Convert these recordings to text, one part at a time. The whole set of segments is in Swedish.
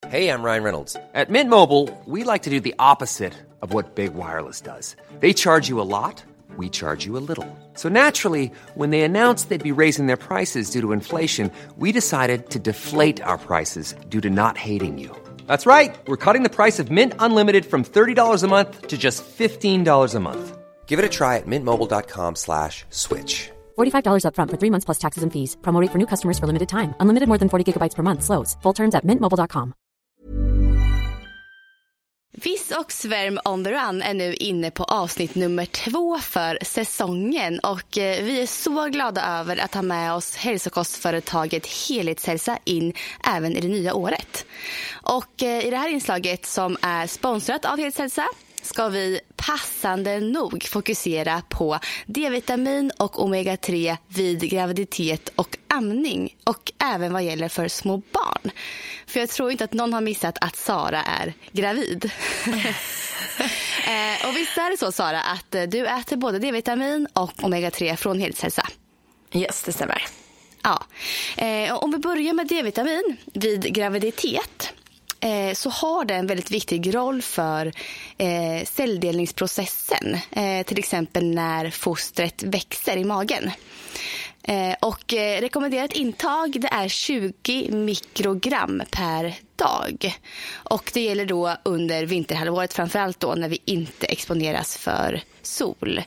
Hey, I'm Ryan Reynolds. At Mint Mobile, we like to do the opposite of what Big Wireless does. They charge you a lot, we charge you a little. So naturally, when they announced they'd be raising their prices due to inflation, we decided to deflate our prices due to not hating you. That's right. We're cutting the price of Mint Unlimited from $30 a month to just $15 a month. Give it a try at mintmobile.com/switch. $45 up front for 3 months plus taxes and fees. Promo rate for new customers for limited time. Unlimited more than 40 gigabytes per month. Slows full terms at mintmobile.com. Viss och Svärm on the run är nu inne på avsnitt nummer 2 för säsongen. Och vi är så glada över att ha med oss hälsokostföretaget Helhetshälsa in även i det nya året. Och i det här inslaget som är sponsrat av Helhetshälsa ska vi passande nog fokusera på D-vitamin och omega-3 vid graviditet och amning. Och även vad gäller för små barn. För jag tror inte att någon har missat att Sara är gravid. Och visst är det så, Sara, att du äter både D-vitamin och omega-3 från Helhetshälsa? Yes, det stämmer. Ja. Om vi börjar med D-vitamin vid graviditet så har det en väldigt viktig roll för celldelningsprocessen. Till exempel när fostret växer i magen. Och rekommenderat intag det är 20 mikrogram per dag. Och det gäller då under vinterhalvåret, framförallt då när vi inte exponeras för sol.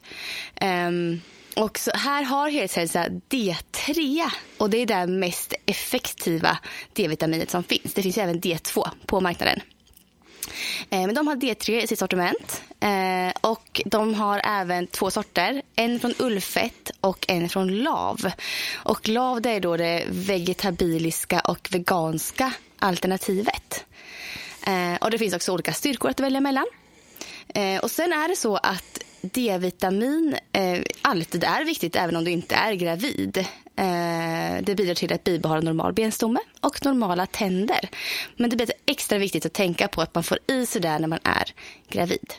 Och så här har Helhetshälsa D3 och det är det mest effektiva D-vitaminet som finns. Det finns även D2 på marknaden. Men de har D3 i sitt sortiment och de har även 2 sorter. En från ullfett och en från lav. Och lav det är då det vegetabiliska och veganska alternativet. Och det finns också olika styrkor att välja mellan. Och sen är det så att D-vitamin alltid är viktigt även om du inte är gravid. Det bidrar till att bibehålla normal benstomme och normala tänder. Men det blir extra viktigt att tänka på att man får i sig där när man är gravid.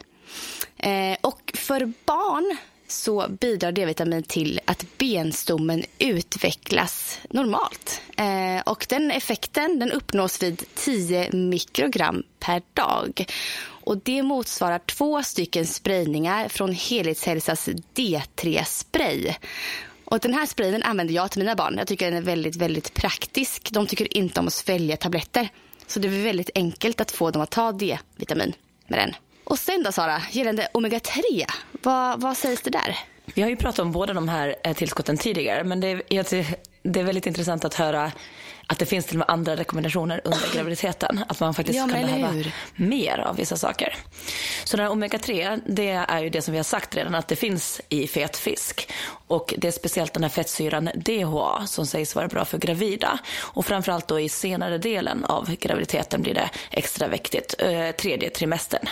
Och för barn så bidrar D-vitamin till att benstommen utvecklas normalt. Och den effekten den uppnås vid 10 mikrogram per dag. Och det motsvarar 2 stycken sprayningar från Helhetshälsas D3-spray. Och den här sprayen använder jag till mina barn. Jag tycker den är väldigt, väldigt praktisk. De tycker inte om att svälja tabletter. Så det är väldigt enkelt att få dem att ta D-vitamin med den. Och sen då, Sara, gällande omega-3, vad sägs det där? Vi har ju pratat om båda de här tillskotten tidigare, men det är väldigt intressant att höra att det finns till och med andra rekommendationer under graviditeten. Att man faktiskt kan behöva mer av vissa saker. Så den här omega-3, det är ju det som vi har sagt redan, att det finns i fet fisk. Och det är speciellt den här fettsyran DHA som sägs vara bra för gravida. Och framförallt då i senare delen av graviditeten blir det extra viktigt, 3:e trimestern.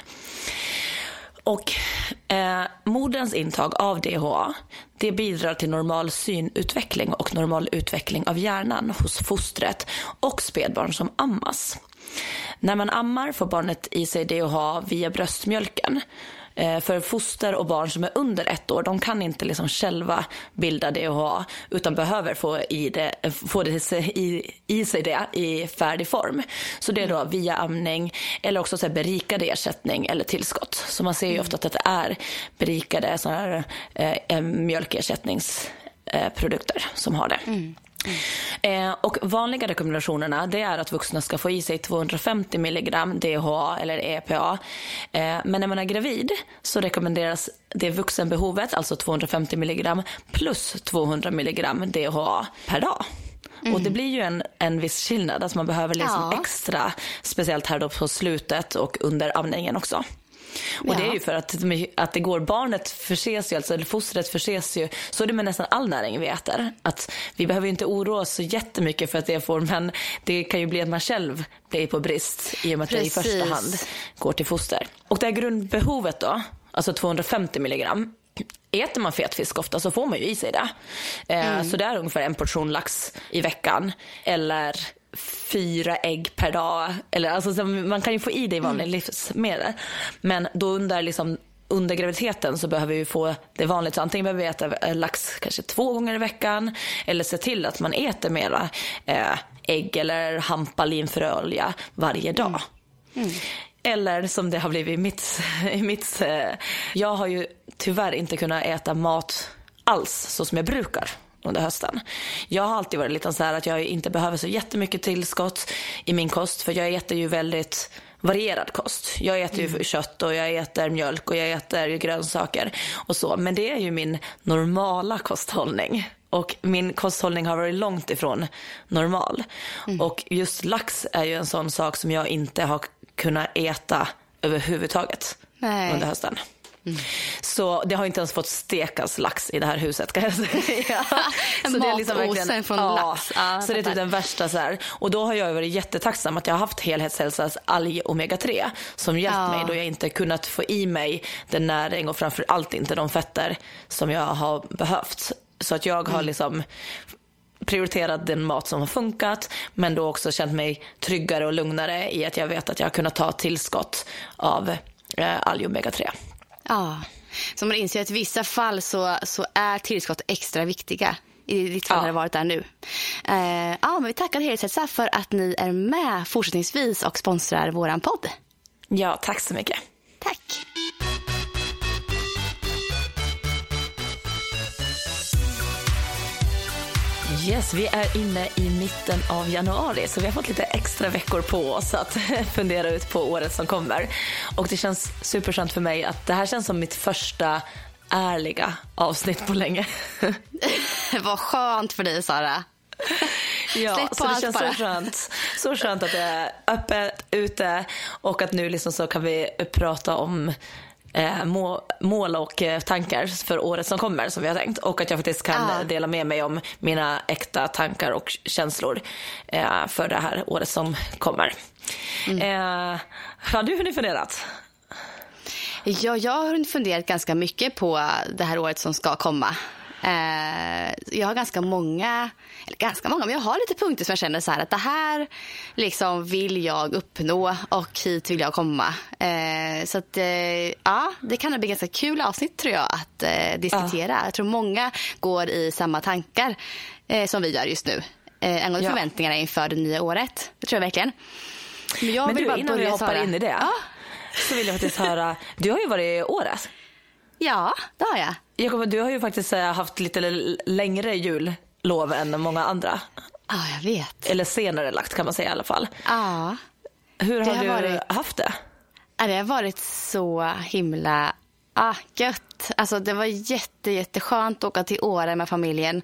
Och moderns intag av DHA, det bidrar till normal synutveckling och normal utveckling av hjärnan hos fostret och spädbarn som ammas. När man ammar får barnet i sig DHA via bröstmjölken. För foster och barn som är under 1 år, de kan inte liksom själva bilda DHA utan behöver få det i sig det i färdig form. Så det är då via amning eller också så här berikad ersättning eller tillskott. Så man ser ju ofta att det är berikade såna här mjölkersättningsprodukter som har det. Och vanliga rekommendationerna det är att vuxna ska få i sig 250 milligram DHA eller EPA. Men när man är gravid så rekommenderas det vuxenbehovet, alltså 250 milligram plus 200 milligram DHA per dag. Och det blir ju en viss skillnad, alltså man behöver liksom extra, speciellt här då på slutet och under amningen också. Och det är ju för att det går, barnet förses ju, alltså eller fostret förses ju, så är det med nästan all näring vi äter. Att vi behöver ju inte oroa oss så jättemycket för att det får, men det kan ju bli att man själv blir på brist i och med att det i första hand går till foster. Och det här grundbehovet då, alltså 250 milligram, äter man fetfisk ofta så får man ju i sig det. Så det är ungefär 1 portion lax i veckan eller 4 ägg per dag, eller alltså man kan ju få i det i vanliga livsmedel. Men då under graviditeten så behöver vi få det vanligt, så antingen behöver vi äta lax kanske 2 gånger i veckan eller se till att man äter mera ägg eller hampalinfröolja varje dag. Eller som det har blivit i mitt jag har ju tyvärr inte kunnat äta mat alls så som jag brukar under hösten. Jag har alltid varit lite så här att jag inte behöver så jättemycket tillskott i min kost, för jag äter ju väldigt varierad kost. Jag äter ju kött och jag äter mjölk och jag äter grönsaker och så, men det är ju min normala kosthållning. Och min kosthållning har varit långt ifrån normal. Och just lax är ju en sån sak som jag inte har kunnat äta överhuvudtaget under hösten. Så det har inte ens fått stekas lax i det här huset, kan jag säga. Så det är liksom verkligen från lax. Så det är typ den värsta så här. Och då har jag varit jättetacksam att jag har haft Helhetshälsas alg omega 3 som hjälpt mig då jag inte kunnat få i mig den näring och framförallt inte de fetter som jag har behövt. Så att jag har liksom prioriterat den mat som har funkat, men då också känt mig tryggare och lugnare i att jag vet att jag har kunnat ta tillskott av alg omega 3. Ja, så man inser att i vissa fall så är tillskott extra viktiga. I ditt fall har det varit där nu. Men vi tackar Helhetshälsa för att ni är med fortsättningsvis och sponsrar våran podd. Ja, tack så mycket. Tack. Yes, vi är inne i mitten av januari, så vi har fått lite extra veckor på oss att fundera ut på året som kommer. Och det känns superskönt för mig att det här känns som mitt första ärliga avsnitt på länge. Vad skönt för dig, Sara. Ja, så det känns så skönt att det är öppet ute och att nu liksom så kan vi prata om mål och tankar för året som kommer som vi har tänkt, och att jag faktiskt kan dela med mig om mina äkta tankar och känslor för det här året som kommer. Har du hunnit funderat? Ja, jag har hunnit funderat ganska mycket på det här året som ska komma. Jag har ganska många, men jag har lite punkter som jag känner så här att det här liksom vill jag uppnå och hit vill jag komma. Så att det kan bli ganska kul avsnitt, tror jag, att diskutera. Jag tror många går i samma tankar som vi gör just nu angående förväntningarna inför det nya året. Det tror jag verkligen. Men du, innan vi hoppar in i det så vill jag faktiskt höra, du har ju varit i Året. Ja, det har jag. Jakob, du har ju faktiskt haft lite längre jullov än många andra. Ja, jag vet. Eller senare lagt, kan man säga i alla fall. Ja. Hur har du haft det? Det har varit så himla gött. Alltså det var jätteskönt att åka till Åre med familjen.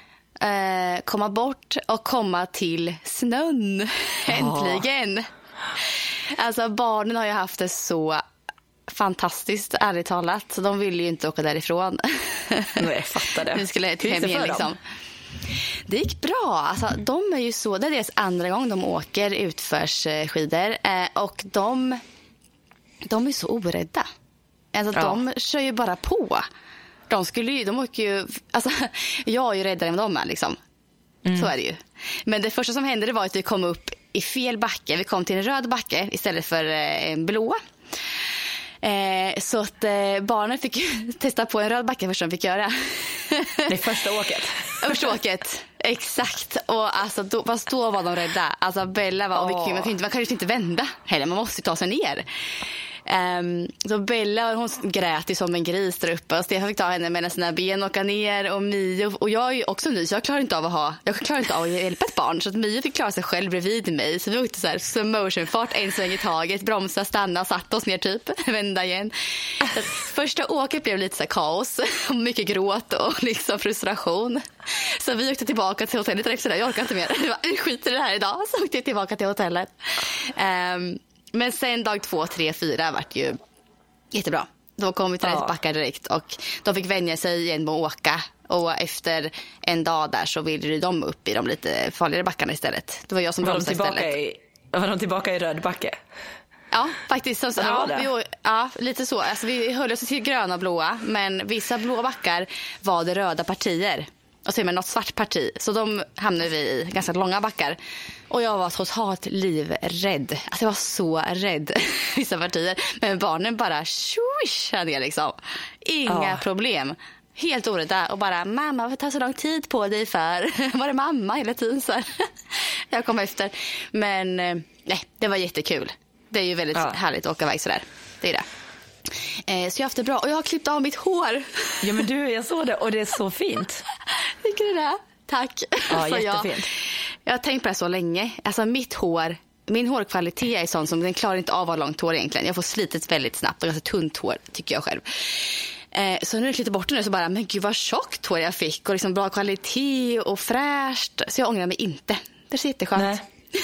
Komma bort och komma till snön. Äntligen. Alltså barnen har ju haft det så fantastiskt, ärligt talat. Så de ville ju inte åka därifrån. Nej, jag fattar det. Vi skulle till hem igen liksom. Det gick bra. Alltså, de är ju så, det är deras andra gång de åker utförsskidor. Och de är så orädda. Alltså de kör ju bara på. De åker ju, alltså, jag är ju räddare än de är liksom. Så är det ju. Men det första som hände, det var att vi kom upp i fel backe. Vi kom till en röd backe istället för en blå. Så att barnen fick testa på en röd backe först de fick göra. Det första åket. Första åket, exakt. Och alltså, då var de rädda. Alltså Bella var, man kan ju inte vända heller, man måste ta sig ner. Så Bella, hon grät ju som en gris där uppe, och Stefan fick ta henne mellan sina ben och åka ner, och Mio, och jag är ju också ny så jag klarar inte av att hjälpa ett barn, så att Mio fick klara sig själv bredvid mig, så vi åkte så här slow motion fart, en sväng i taget, bromsa, stanna, satt oss ner typ, vända igen. Så första åket blev lite så här kaos och mycket gråt och liksom frustration, så vi åkte tillbaka till hotellet direkt, så där, jag orkar inte mer, jag skiter i det här idag, så åkte jag tillbaka till hotellet. Men sen dag 2, 3, 4 vart ju jättebra. Då kom vi till rätt backar direkt, och de fick vänja sig igen med att åka. Och efter en dag där så ville de upp i de lite farligare backarna istället. Det var jag som bromsade istället. Var de tillbaka i röd backe? Ja, faktiskt. Lite så. Alltså, vi höll oss till gröna och blåa, men vissa blå backar var det röda partier. Och så är det något svart parti. Så de hamnade vi i ganska långa backar. Och jag var totalt livrädd. Alltså jag var så rädd vissa partier. Men barnen bara swishade liksom. Inga problem. Helt orädda. Och bara, mamma, vad tar så lång tid på dig för? Var det mamma hela tiden så här? jag kom efter. Men nej, det var jättekul. Det är ju väldigt härligt att åka iväg sådär. Det är det. Så jag har haft det bra. Och jag har klippt av mitt hår. Ja, men jag såg det och det är så fint. Tycker du det? Tack. Ja, jättefint. Jag har tänkt på det så länge. Alltså min hårkvalitet är sån som den klarar inte av att ha långt hår egentligen. Jag får slitet väldigt snabbt och ganska tunt hår tycker jag själv. Så när jag klipper bort det nu så bara, men gud vad tjockt hår jag fick. Och liksom bra kvalitet och fräscht. Så jag ångrar mig inte. Det ser jätteskönt. Nej.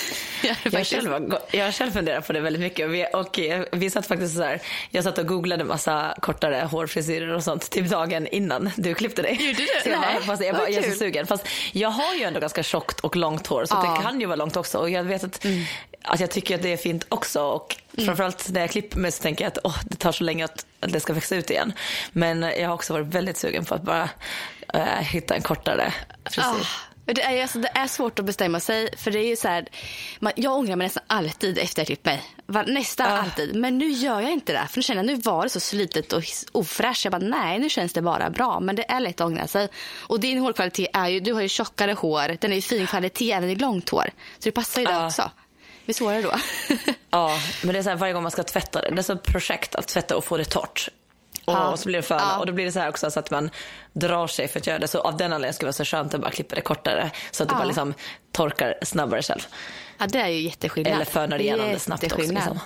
Jag själv funderar på det väldigt mycket och vi satt faktiskt så här, jag satt och googlade massa kortare hårfrisyrer och sånt typ dagen innan du klippte dig. Gjorde du? Så jag är så sugen. Fast jag har ju ändå ganska tjockt och långt hår så det kan ju vara långt också och jag vet att jag tycker att det är fint också och framförallt när jag klipper mig så tänker jag att det tar så länge att det ska växa ut igen. Men jag har också varit väldigt sugen på att bara hitta en kortare frisyr. Det är svårt att bestämma sig. För det är ju så här, jag ångrar mig nästan alltid efter jag klippt mig. Nästan alltid. Men nu gör jag inte det. För nu känner jag, nu var det så slitet och ofräscht. Jag bara, nej, nu känns det bara bra. Men det är lätt att ångra sig. Och din hårkvalitet är ju, du har ju tjockare hår. Den är ju fin kvalitet även i långt hår. Så det passar ju det också. Det är svårare då. Ja, men det är så här, varje gång man ska tvätta det. Det är så ett projekt att tvätta och få det torrt. Och så blir det föna. Och då blir det så här också så att man drar sig för att göra det. Så av den anledningen skulle det vara så skönt att bara klippa det kortare. Så att det bara liksom torkar snabbare själv. Ja, det är ju jätteskillnad. Eller fönar igenom det snabbt också. Liksom.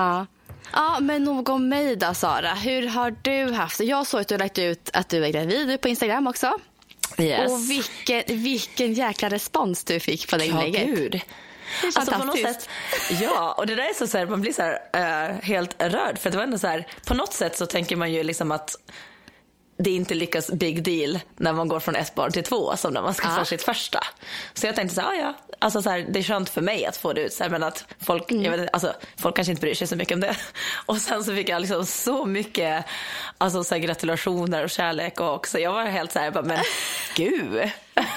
Ja, men nog om mig då, Sara. Hur har du haft det? Jag såg att du lagt ut att du är gravid på Instagram också. Yes. Och vilken jäkla respons du fick på det inlägget. Ja, gud. Alltså på något sätt, ja, och det där är så här, man blir så här helt rörd för det var ändå så här, på något sätt så tänker man ju liksom att det är inte lika big deal när man går från 1 barn till 2 som när man ska få sitt första. Så jag tänkte så här, alltså så här, det är skönt för mig att få det ut så här, men att folk, jag vet, alltså, folk kanske inte bryr sig så mycket om det. Och sen så fick jag liksom så mycket alltså, så här, gratulationer och kärlek och så jag var helt så här, men gud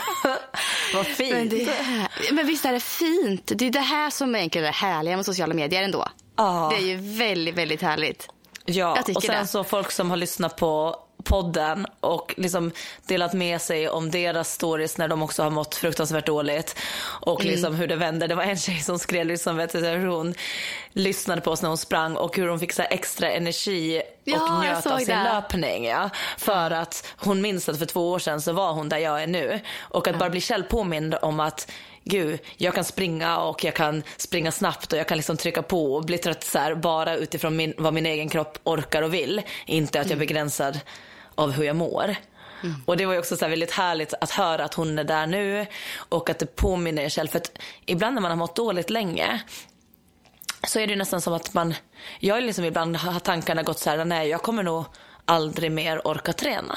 vad fint. Men visst är det fint. Det är det här som är egentligen det härliga med sociala medier ändå. Det är ju väldigt, väldigt härligt. Ja, och sen så folk som har lyssnat på podden och liksom delat med sig om deras stories när de också har mått fruktansvärt dåligt och liksom hur det vände. Det var en tjej som skrev liksom, vet du, hur hon lyssnade på oss när hon sprang och hur hon fick så här extra energi och njöt av sin löpning. Ja, för att hon minns att för 2 år sedan så var hon där jag är nu. Och att bara bli själv påmind om att gud, jag kan springa och jag kan springa snabbt och jag kan liksom trycka på och bli trött så här, bara utifrån vad min egen kropp orkar och vill. Inte att jag är begränsad av hur jag mår. Och det var ju också så här väldigt härligt att höra att hon är där nu och att det påminner själv. För att ibland när man har mått dåligt länge så är det nästan som att jag är liksom ibland har tankarna gått så här, nej, jag kommer nog aldrig mer orka träna.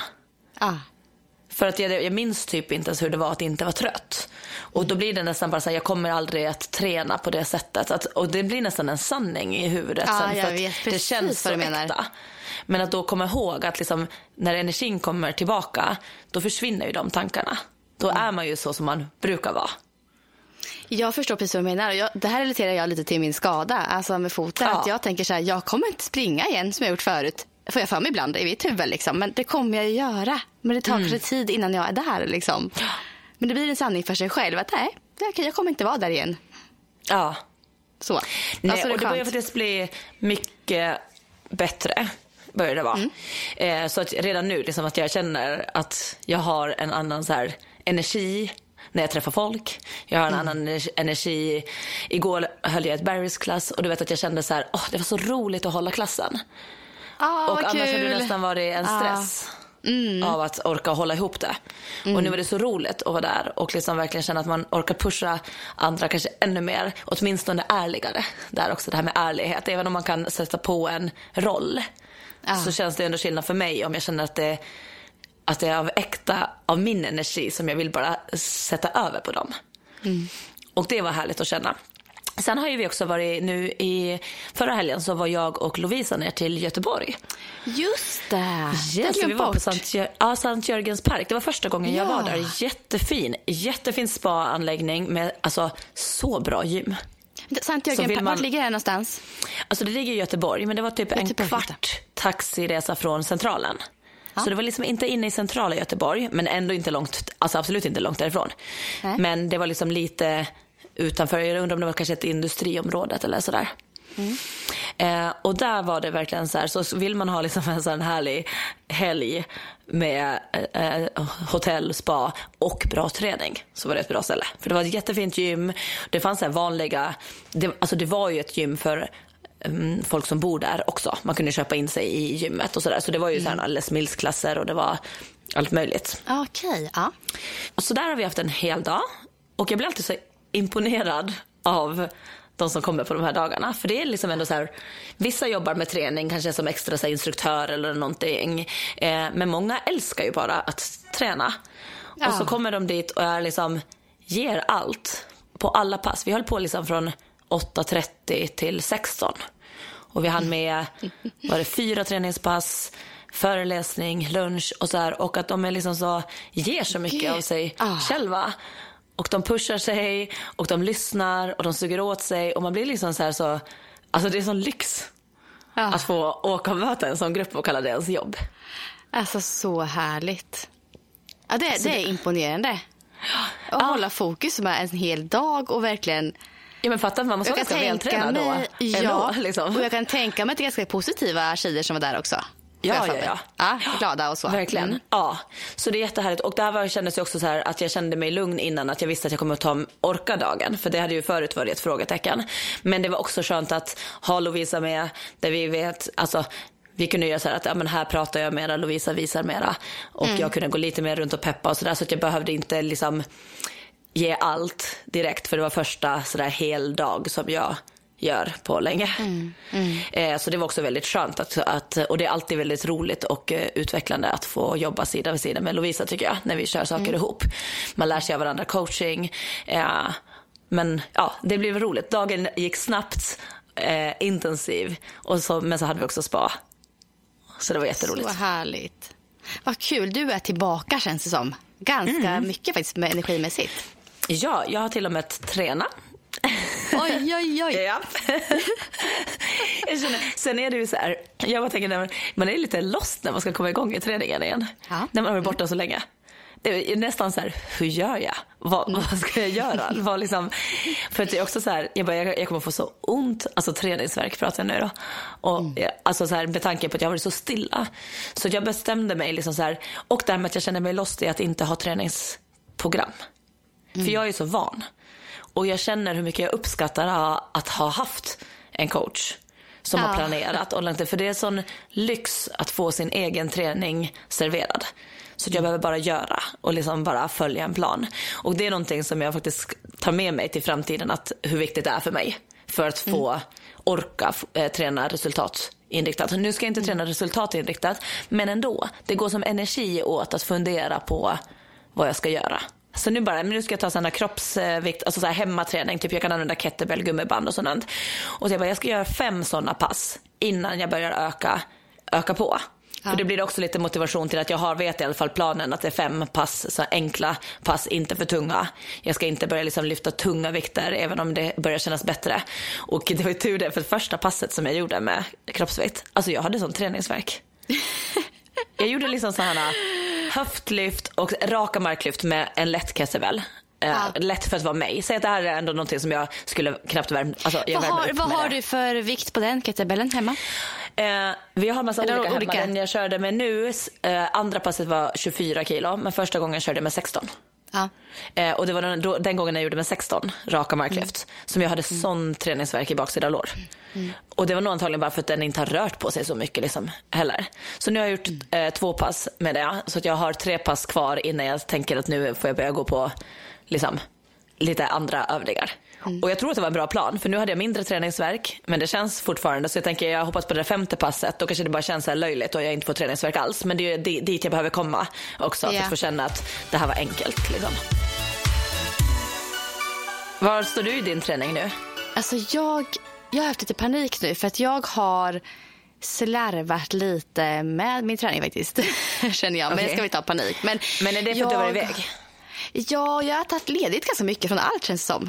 För att jag minns typ inte ens hur det var att inte vara trött. Och då blir det nästan bara så här, jag kommer aldrig att träna på det sättet. Och det blir nästan en sanning i huvudet sen. För att det känns så äkta. Men att då komma ihåg att liksom, när energin kommer tillbaka, då försvinner ju de tankarna. Då är man ju så som man brukar vara. Jag förstår precis vad du menar. Det här relaterar jag lite till min skada, alltså med foten. Att jag tänker så här, jag kommer inte springa igen som jag gjort förut. Får jag för mig ibland i mitt huvud liksom. Men det kommer jag göra. Men det tar kanske tid innan jag är där liksom. Men det blir en sanning för sig själv att nej, jag kommer inte vara där igen. Ja. Så. Nej, alltså, och det börjar faktiskt bli mycket bättre. Börjar det vara. Så att redan nu liksom, att jag känner att jag har en annan så här energi när jag träffar folk. Jag har en annan energi. Igår höll jag ett Barry's-klass och du vet att jag kände så här, det var så roligt att hålla klassen. Och annars hade det nästan varit en stress av att orka hålla ihop det. Och nu var det så roligt att vara där och liksom verkligen känna att man orkar pusha andra kanske ännu mer, åtminstone ärligare. Där också det här med ärlighet. Även om man kan sätta på en roll så känns det ändå skillnad för mig om jag känner att det är av äkta, av min energi som jag vill bara sätta över på dem. Och det var härligt att känna. Sen har ju vi också varit nu i förra helgen så var jag och Lovisa ner till Göteborg. Just det. Yes, vi var på Sankt Jörgens park. Det var första gången jag var där. Jättefin spa-anläggning med alltså så bra gym. Sankt Jörgens park, vart ligger det någonstans? Alltså det ligger i Göteborg, men det var typ en kvart taxiresa från centralen. Så det var liksom inte inne i centrala Göteborg, men ändå inte långt, alltså absolut inte långt därifrån. Men det var liksom lite utanför. Jag undrar om det var kanske ett industriområdet eller sådär. Och där var det verkligen så här, så vill man ha liksom en sån härlig helg med hotell, spa och bra träning, så var det ett bra ställe. För det var ett jättefint gym. Det fanns så här vanliga, det var ju ett gym för folk som bor där också. Man kunde köpa in sig i gymmet och sådär. Så det var ju så här alldeles milsklasser och det var allt möjligt. Okej, ja. Och så där har vi haft en hel dag. Och jag blir alltid så imponerad av de som kommer på de här dagarna. För det är liksom ändå så här, vissa jobbar med träning, kanske som extra så här, instruktör eller någonting. Men många älskar ju bara att träna. Ja. Och så kommer de dit och är liksom, ger allt på alla pass. Vi höll på liksom från 8:30 till 16. Och vi hann med, var det 4 träningspass, föreläsning, lunch och så här. Och att de är liksom så, ger så mycket av sig själva. Och de pushar sig och de lyssnar och de suger åt sig. Och man blir liksom så här så, alltså det är sån lyx att få åka och möta en sån grupp och kalla det ens jobb. Alltså så härligt. Ja, det är imponerande. Att hålla fokus med en hel dag och verkligen... Ja, men fattar man måste vara ganska vältränad då. Ja, liksom. Och jag kan tänka mig att det är ganska positiva tjejer som var där också. Ja. Glada och så. Verkligen. Ja, så det är jättehärligt. Och där kändes det också så här att jag kände mig lugn innan, att jag visste att jag kommer att orka dagen. För det hade ju förut varit ett frågetecken. Men det var också skönt att ha Lovisa med, där vi vet, alltså vi kunde göra så här att ja, men här pratar jag mera, Lovisa visar mera. Och jag kunde gå lite mer runt och peppa och sådär, så att jag behövde inte liksom ge allt direkt, för det var första sådär hel dag som jag gör på länge. Så det var också väldigt skönt att och det är alltid väldigt roligt och utvecklande att få jobba sida vid sida med Lovisa, tycker jag, när vi kör saker ihop. Man lär sig av varandra coaching. Men ja, det blev roligt. Dagen gick snabbt, intensiv, men så hade vi också spa. Så det var jätteroligt. Så härligt. Vad kul, du är tillbaka, känns det som. Ganska mycket faktiskt med energimässigt. Ja, jag har till och med tränat. Oj. Ja. Sen är det ju så här, jag bara tänker, man är lite lost när man ska komma igång i träningen igen. Ja. När man har varit borta så länge. Det är nästan så här, hur gör jag? Vad ska jag göra? Liksom, för att det är också så här, jag kommer få så ont, alltså träningsvärk pratar jag nu då. Och alltså så här, med tanke på att jag var så stilla. Så jag bestämde mig liksom så här, och därmed att jag kände mig lost i att inte ha träningsprogram. För jag är så van. Och jag känner hur mycket jag uppskattar att ha haft en coach som har planerat. För det är sån lyx att få sin egen träning serverad. Så jag behöver bara göra och liksom bara följa en plan. Och det är någonting som jag faktiskt tar med mig till framtiden, att hur viktigt det är för mig. För att få orka träna resultatinriktat. Nu ska jag inte träna resultatinriktat, men ändå. Det går som energi åt att fundera på vad jag ska göra. Så nu ska jag ta sådana kroppsvikt, alltså så här hemmaträning, typ jag kan använda kettlebell, gummiband och sånt. Och så jag ska göra 5 sådana pass innan jag börjar öka på. Ja. För det blir också lite motivation till att jag vet i alla fall planen att det är 5 pass, så enkla pass, inte för tunga. Jag ska inte börja liksom lyfta tunga vikter, även om det börjar kännas bättre. Och det var ju tur det, för första passet som jag gjorde med kroppsvikt, alltså jag hade sån träningsvärk. Jag gjorde liksom sådana höftlyft och raka marklyft med en lätt kettlebell. Lätt för att vara mig. Säg att det här är ändå någonting som jag skulle knappt värma. Alltså, vad har du för vikt på den kettlebellen hemma? Vi har massa olika hemma. Den jag körde med nu, andra passet var 24 kilo, men första gången körde jag med 16. Och det var den gången jag gjorde med 16 raka marklyft som jag hade sån träningsvärk i baksida lår. Och det var nog antagligen bara för att den inte har rört på sig så mycket liksom, heller. Så nu har jag gjort 2 pass med det, så att jag har 3 pass kvar innan jag tänker att nu får jag börja gå på liksom, lite andra övningar. Och jag tror att det var en bra plan, för nu hade jag mindre träningsvärk, men det känns fortfarande, så jag tänker jag hoppas på det 5:e passet, då kanske det bara känns så här löjligt och jag inte får träningsvärk alls, men det är ju dit jag behöver komma också, för att få känna att det här var enkelt liksom. Var står du i din träning nu? Alltså jag har haft lite panik nu, för att jag har slarvat lite med min träning faktiskt. Känner jag, men ska vi ta panik. Men är det för att du var iväg? Ja, jag har tagit ledigt ganska mycket från allt, känns som.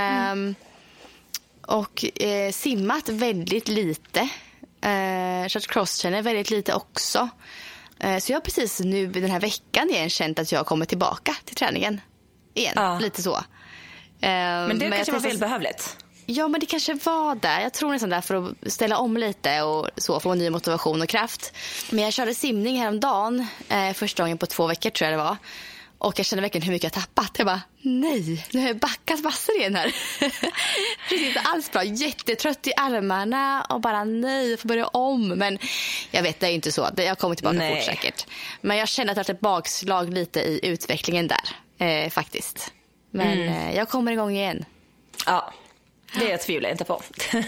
Och simmat väldigt lite. Kört crosstrainer väldigt lite också. Så jag har precis nu den här veckan igen känt att jag kommer tillbaka till träningen igen. Lite så. Men det kanske var välbehövligt. Ja, men det kanske var det. Jag tror nästan där för att ställa om lite och så, få ny motivation och kraft. Men jag körde simning häromdagen, första gången på 2 veckor tror jag det var. Och jag kände verkligen hur mycket jag tappat. Jag bara, nej, nu har jag backat massor igen här. Det är inte alls bra. Jättetrött i armarna och bara nej, jag får börja om. Men jag vet, det är inte så. Jag kommer tillbaka fort säkert. Men jag känner att jag har ett bakslag lite i utvecklingen där, faktiskt. Men jag kommer igång igen. Ja. Det tvivlar jag inte på.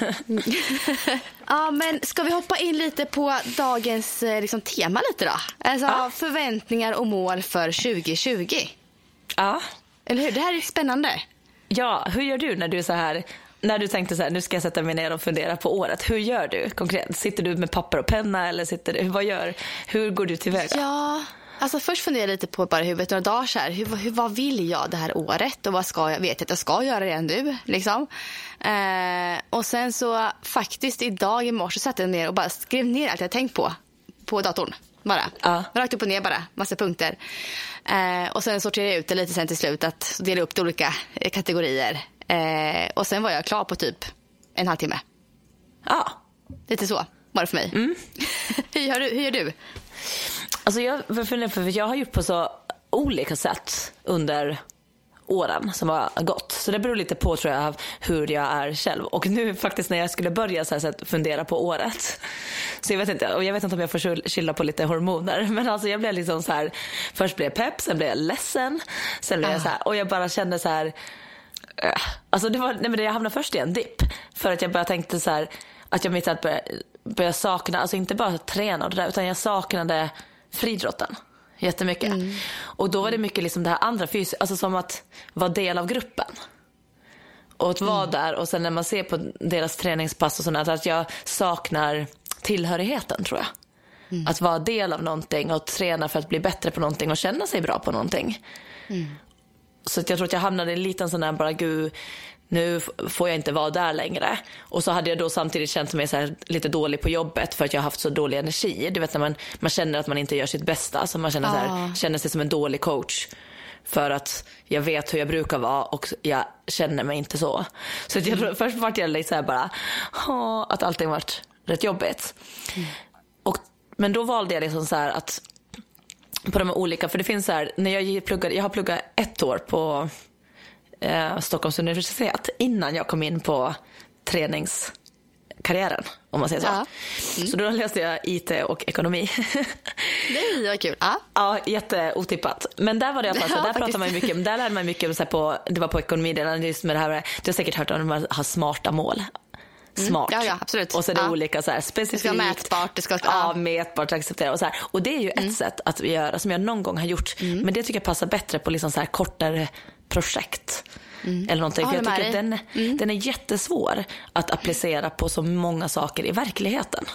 Ja, men ska vi hoppa in lite på dagens liksom, tema lite då? Alltså förväntningar och mål för 2020. Ja. Eller hur? Det här är spännande. Ja, hur gör du när du är så här... När du tänkte så här, nu ska jag sätta mig ner och fundera på året. Hur gör du konkret? Sitter du med papper och penna eller hur går du tillväga? Ja, alltså först funderar jag lite på bara huvudet några dagar så här. Vad vill jag det här året? Och vad ska jag? Vet att jag ska göra det nu liksom. Och sen så faktiskt idag i morse satt jag ner och bara skrev ner allt jag tänkt på datorn. Bara. Rakt upp och ner bara. Massa punkter. Och sen sorterade jag ut det lite sen till slut. Att dela upp det olika kategorier. Och sen var jag klar på typ 1,5 timme. Ja. Lite så var det för mig. Hur gör du? Alltså jag har gjort på så olika sätt under åren som har gått. Så det beror lite på tror jag hur jag är själv. Och nu faktiskt när jag skulle börja så här, fundera på året. Så jag vet inte om jag får skylla på lite hormoner. Men alltså jag blev liksom så här. Först blev jag pepp, sen blev jag ledsen. Sen blev jag så här. Och jag bara kände så här. Alltså jag hamnade först i en dipp. För att jag bara tänkte så här. Att jag mitt att börja sakna. Alltså inte bara träna och det där. Utan jag saknade friidrotten jättemycket. Och då var det mycket liksom det här andra alltså som att vara del av gruppen. Och att vara där. Och sen när man ser på deras träningspass och sånt, att jag saknar tillhörigheten tror jag. Att vara del av någonting och träna för att bli bättre på någonting och känna sig bra på någonting. Så att jag tror att jag hamnade i en liten sån här bara gud, nu får jag inte vara där längre. Och så hade jag då samtidigt känt mig så här lite dålig på jobbet för att jag har haft så dålig energi. Du vet när man känner att man inte gör sitt bästa, så man känner så här, känner sig som en dålig coach för att jag vet hur jag brukar vara och jag känner mig inte så. Så att jag tror, först var jag lite så här bara att allting varit rätt jobbigt. Men då valde jag liksom så här att på de olika, för det finns så här, när jag har pluggat 1 år på Stockholms universitet innan jag kom in på träningskarriären, om man säger så. Så då läste jag IT och ekonomi. Det var kul. Ja, jätteotippat. Men där var det där pratade man mycket, där lärde man mycket så här på, det var på ekonomidelen just med det här, du har säkert hört om att ha smarta mål. Smart. Ja, absolut. Och så är det olika så här specifikt. Det ska vara mätbart, det ska mätbart, acceptera och så här. Och det är ju ett sätt att göra som jag någon gång har gjort, men det tycker jag passar bättre på liksom så här kortare projekt. Eller någonting. För jag tycker att den är jättesvår att applicera på så många saker i verkligheten.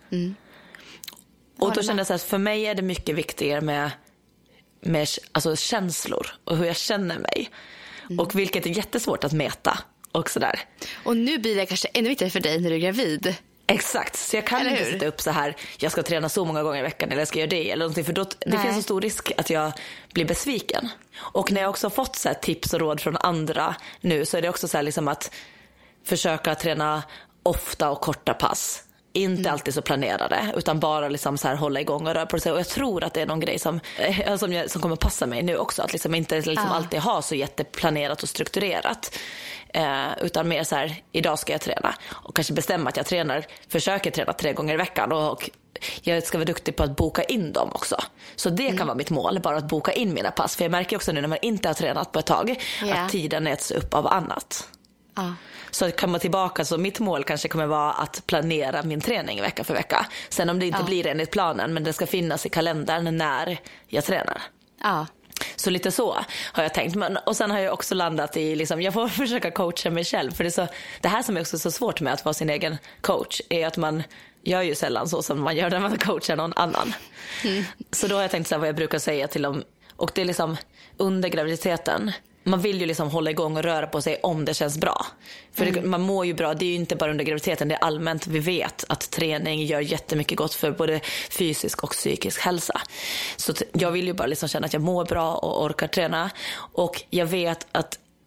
Och då kände jag så här, för mig är det mycket viktigare med alltså känslor och hur jag känner mig. Och vilket är jättesvårt att mäta. Och sådär. Och nu blir det kanske ännu viktigare för dig när du är gravid. Exakt, så jag kan inte sitta upp så här, jag ska träna så många gånger i veckan eller jag ska göra det eller någonting, för då, det finns så stor risk att jag blir besviken. Och när jag också fått så här tips och råd från andra nu, så är det också så här liksom att försöka träna ofta och korta pass. Inte alltid så planerade, utan bara liksom så här hålla igång och röra på sig. Och jag tror att det är någon grej som kommer passa mig nu också. Att liksom inte liksom alltid ha så jätteplanerat och strukturerat. Utan mer så här, idag ska jag träna. Och kanske bestämma att jag försöker träna 3 gånger i veckan. Och jag ska vara duktig på att boka in dem också. Så det kan vara mitt mål, bara att boka in mina pass. För jag märker också nu när man inte har tränat på ett tag att tiden äts upp av annat. Så kan man tillbaka, så mitt mål kanske kommer vara att planera min träning vecka för vecka. Sen om det inte blir enligt planen, men det ska finnas i kalendern när jag tränar. Så lite så har jag tänkt. Och sen har jag också landat i liksom, jag får försöka coacha mig själv. För det här som är också så svårt med att vara sin egen coach är att man gör ju sällan så som man gör när man coachar någon annan. Så då har jag tänkt så här, vad jag brukar säga till dem. Och det är liksom under graviditeten, man vill ju liksom hålla igång och röra på sig om det känns bra. För man mår ju bra, det är ju inte bara under graviditeten, det är allmänt. Vi vet att träning gör jättemycket gott för både fysisk och psykisk hälsa. Så jag vill ju bara liksom känna att jag mår bra och orkar träna. Och jag vet att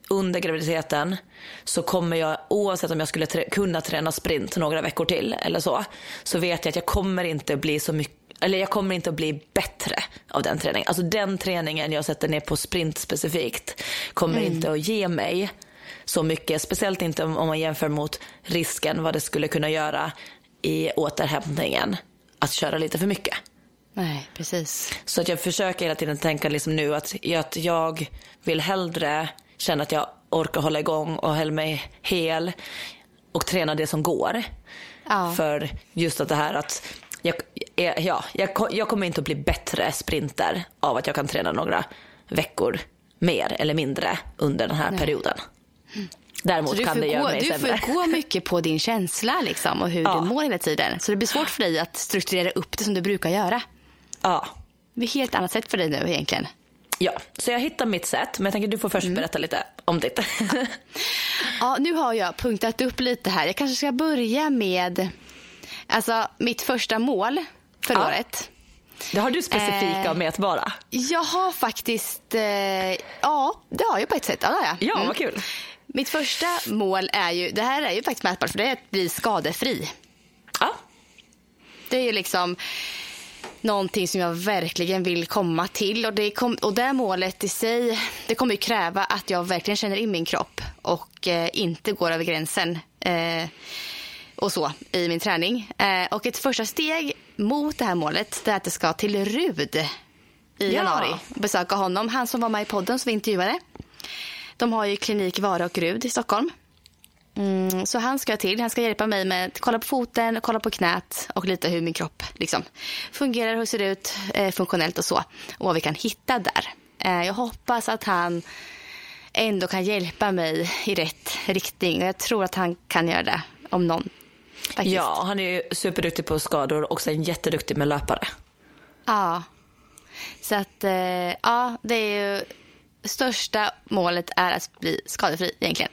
under graviditeten så kommer jag, oavsett om jag skulle kunna träna sprint några veckor till eller så vet jag att jag kommer inte bli så mycket, eller jag kommer inte att bli bättre av den träningen. Alltså den träningen jag sätter ner på sprint specifikt kommer inte att ge mig så mycket, speciellt inte om man jämför mot risken vad det skulle kunna göra i återhämtningen att köra lite för mycket. Nej, precis. Så att jag försöker hela tiden tänka liksom nu att jag vill hellre känna att jag orkar hålla igång och hålla mig hel och träna det som går. Ja. För just att det här att jag kommer inte att bli bättre sprinter av att jag kan träna några veckor mer eller mindre under den här perioden. Däremot kan det göra mig sämre. Du får gå mycket på din känsla liksom, och hur du mår hela tiden. Så det blir svårt för dig att strukturera upp det som du brukar göra. Ja. Det är ett helt annat sätt för dig nu egentligen. Ja, så jag hittar mitt sätt. Men jag tänker du får först berätta lite om ditt. Ja, nu har jag punktat upp lite här. Jag kanske ska börja med mitt första mål för året. Det har du specifika och mätbara. Jag har faktiskt, det har jag på ett sätt. Ja, vad kul. Mitt första mål är ju, det här är ju faktiskt mätbart, för det är att bli skadefri. Ja. Det är ju liksom någonting som jag verkligen vill komma till. Och det målet i sig, det kommer ju kräva att jag verkligen känner in min kropp och inte går över gränsen och så i min träning. Och ett första steg mot det här målet, det är att det ska till Rud i januari. Besöka honom, han som var med i podden som vi intervjuade. De har ju klinik Vara och Rud i Stockholm. Så han ska hjälpa mig med att kolla på foten, kolla på knät och lite hur min kropp liksom fungerar, hur ser det ut funktionellt och så. Och vad vi kan hitta där. Jag hoppas att han ändå kan hjälpa mig i rätt riktning. Och jag tror att han kan göra det om någon. Faktiskt. Ja, han är ju superduktig på skador och sen jätteduktig med löpare. Ja, så att det är ju... Största målet är att bli skadefri egentligen.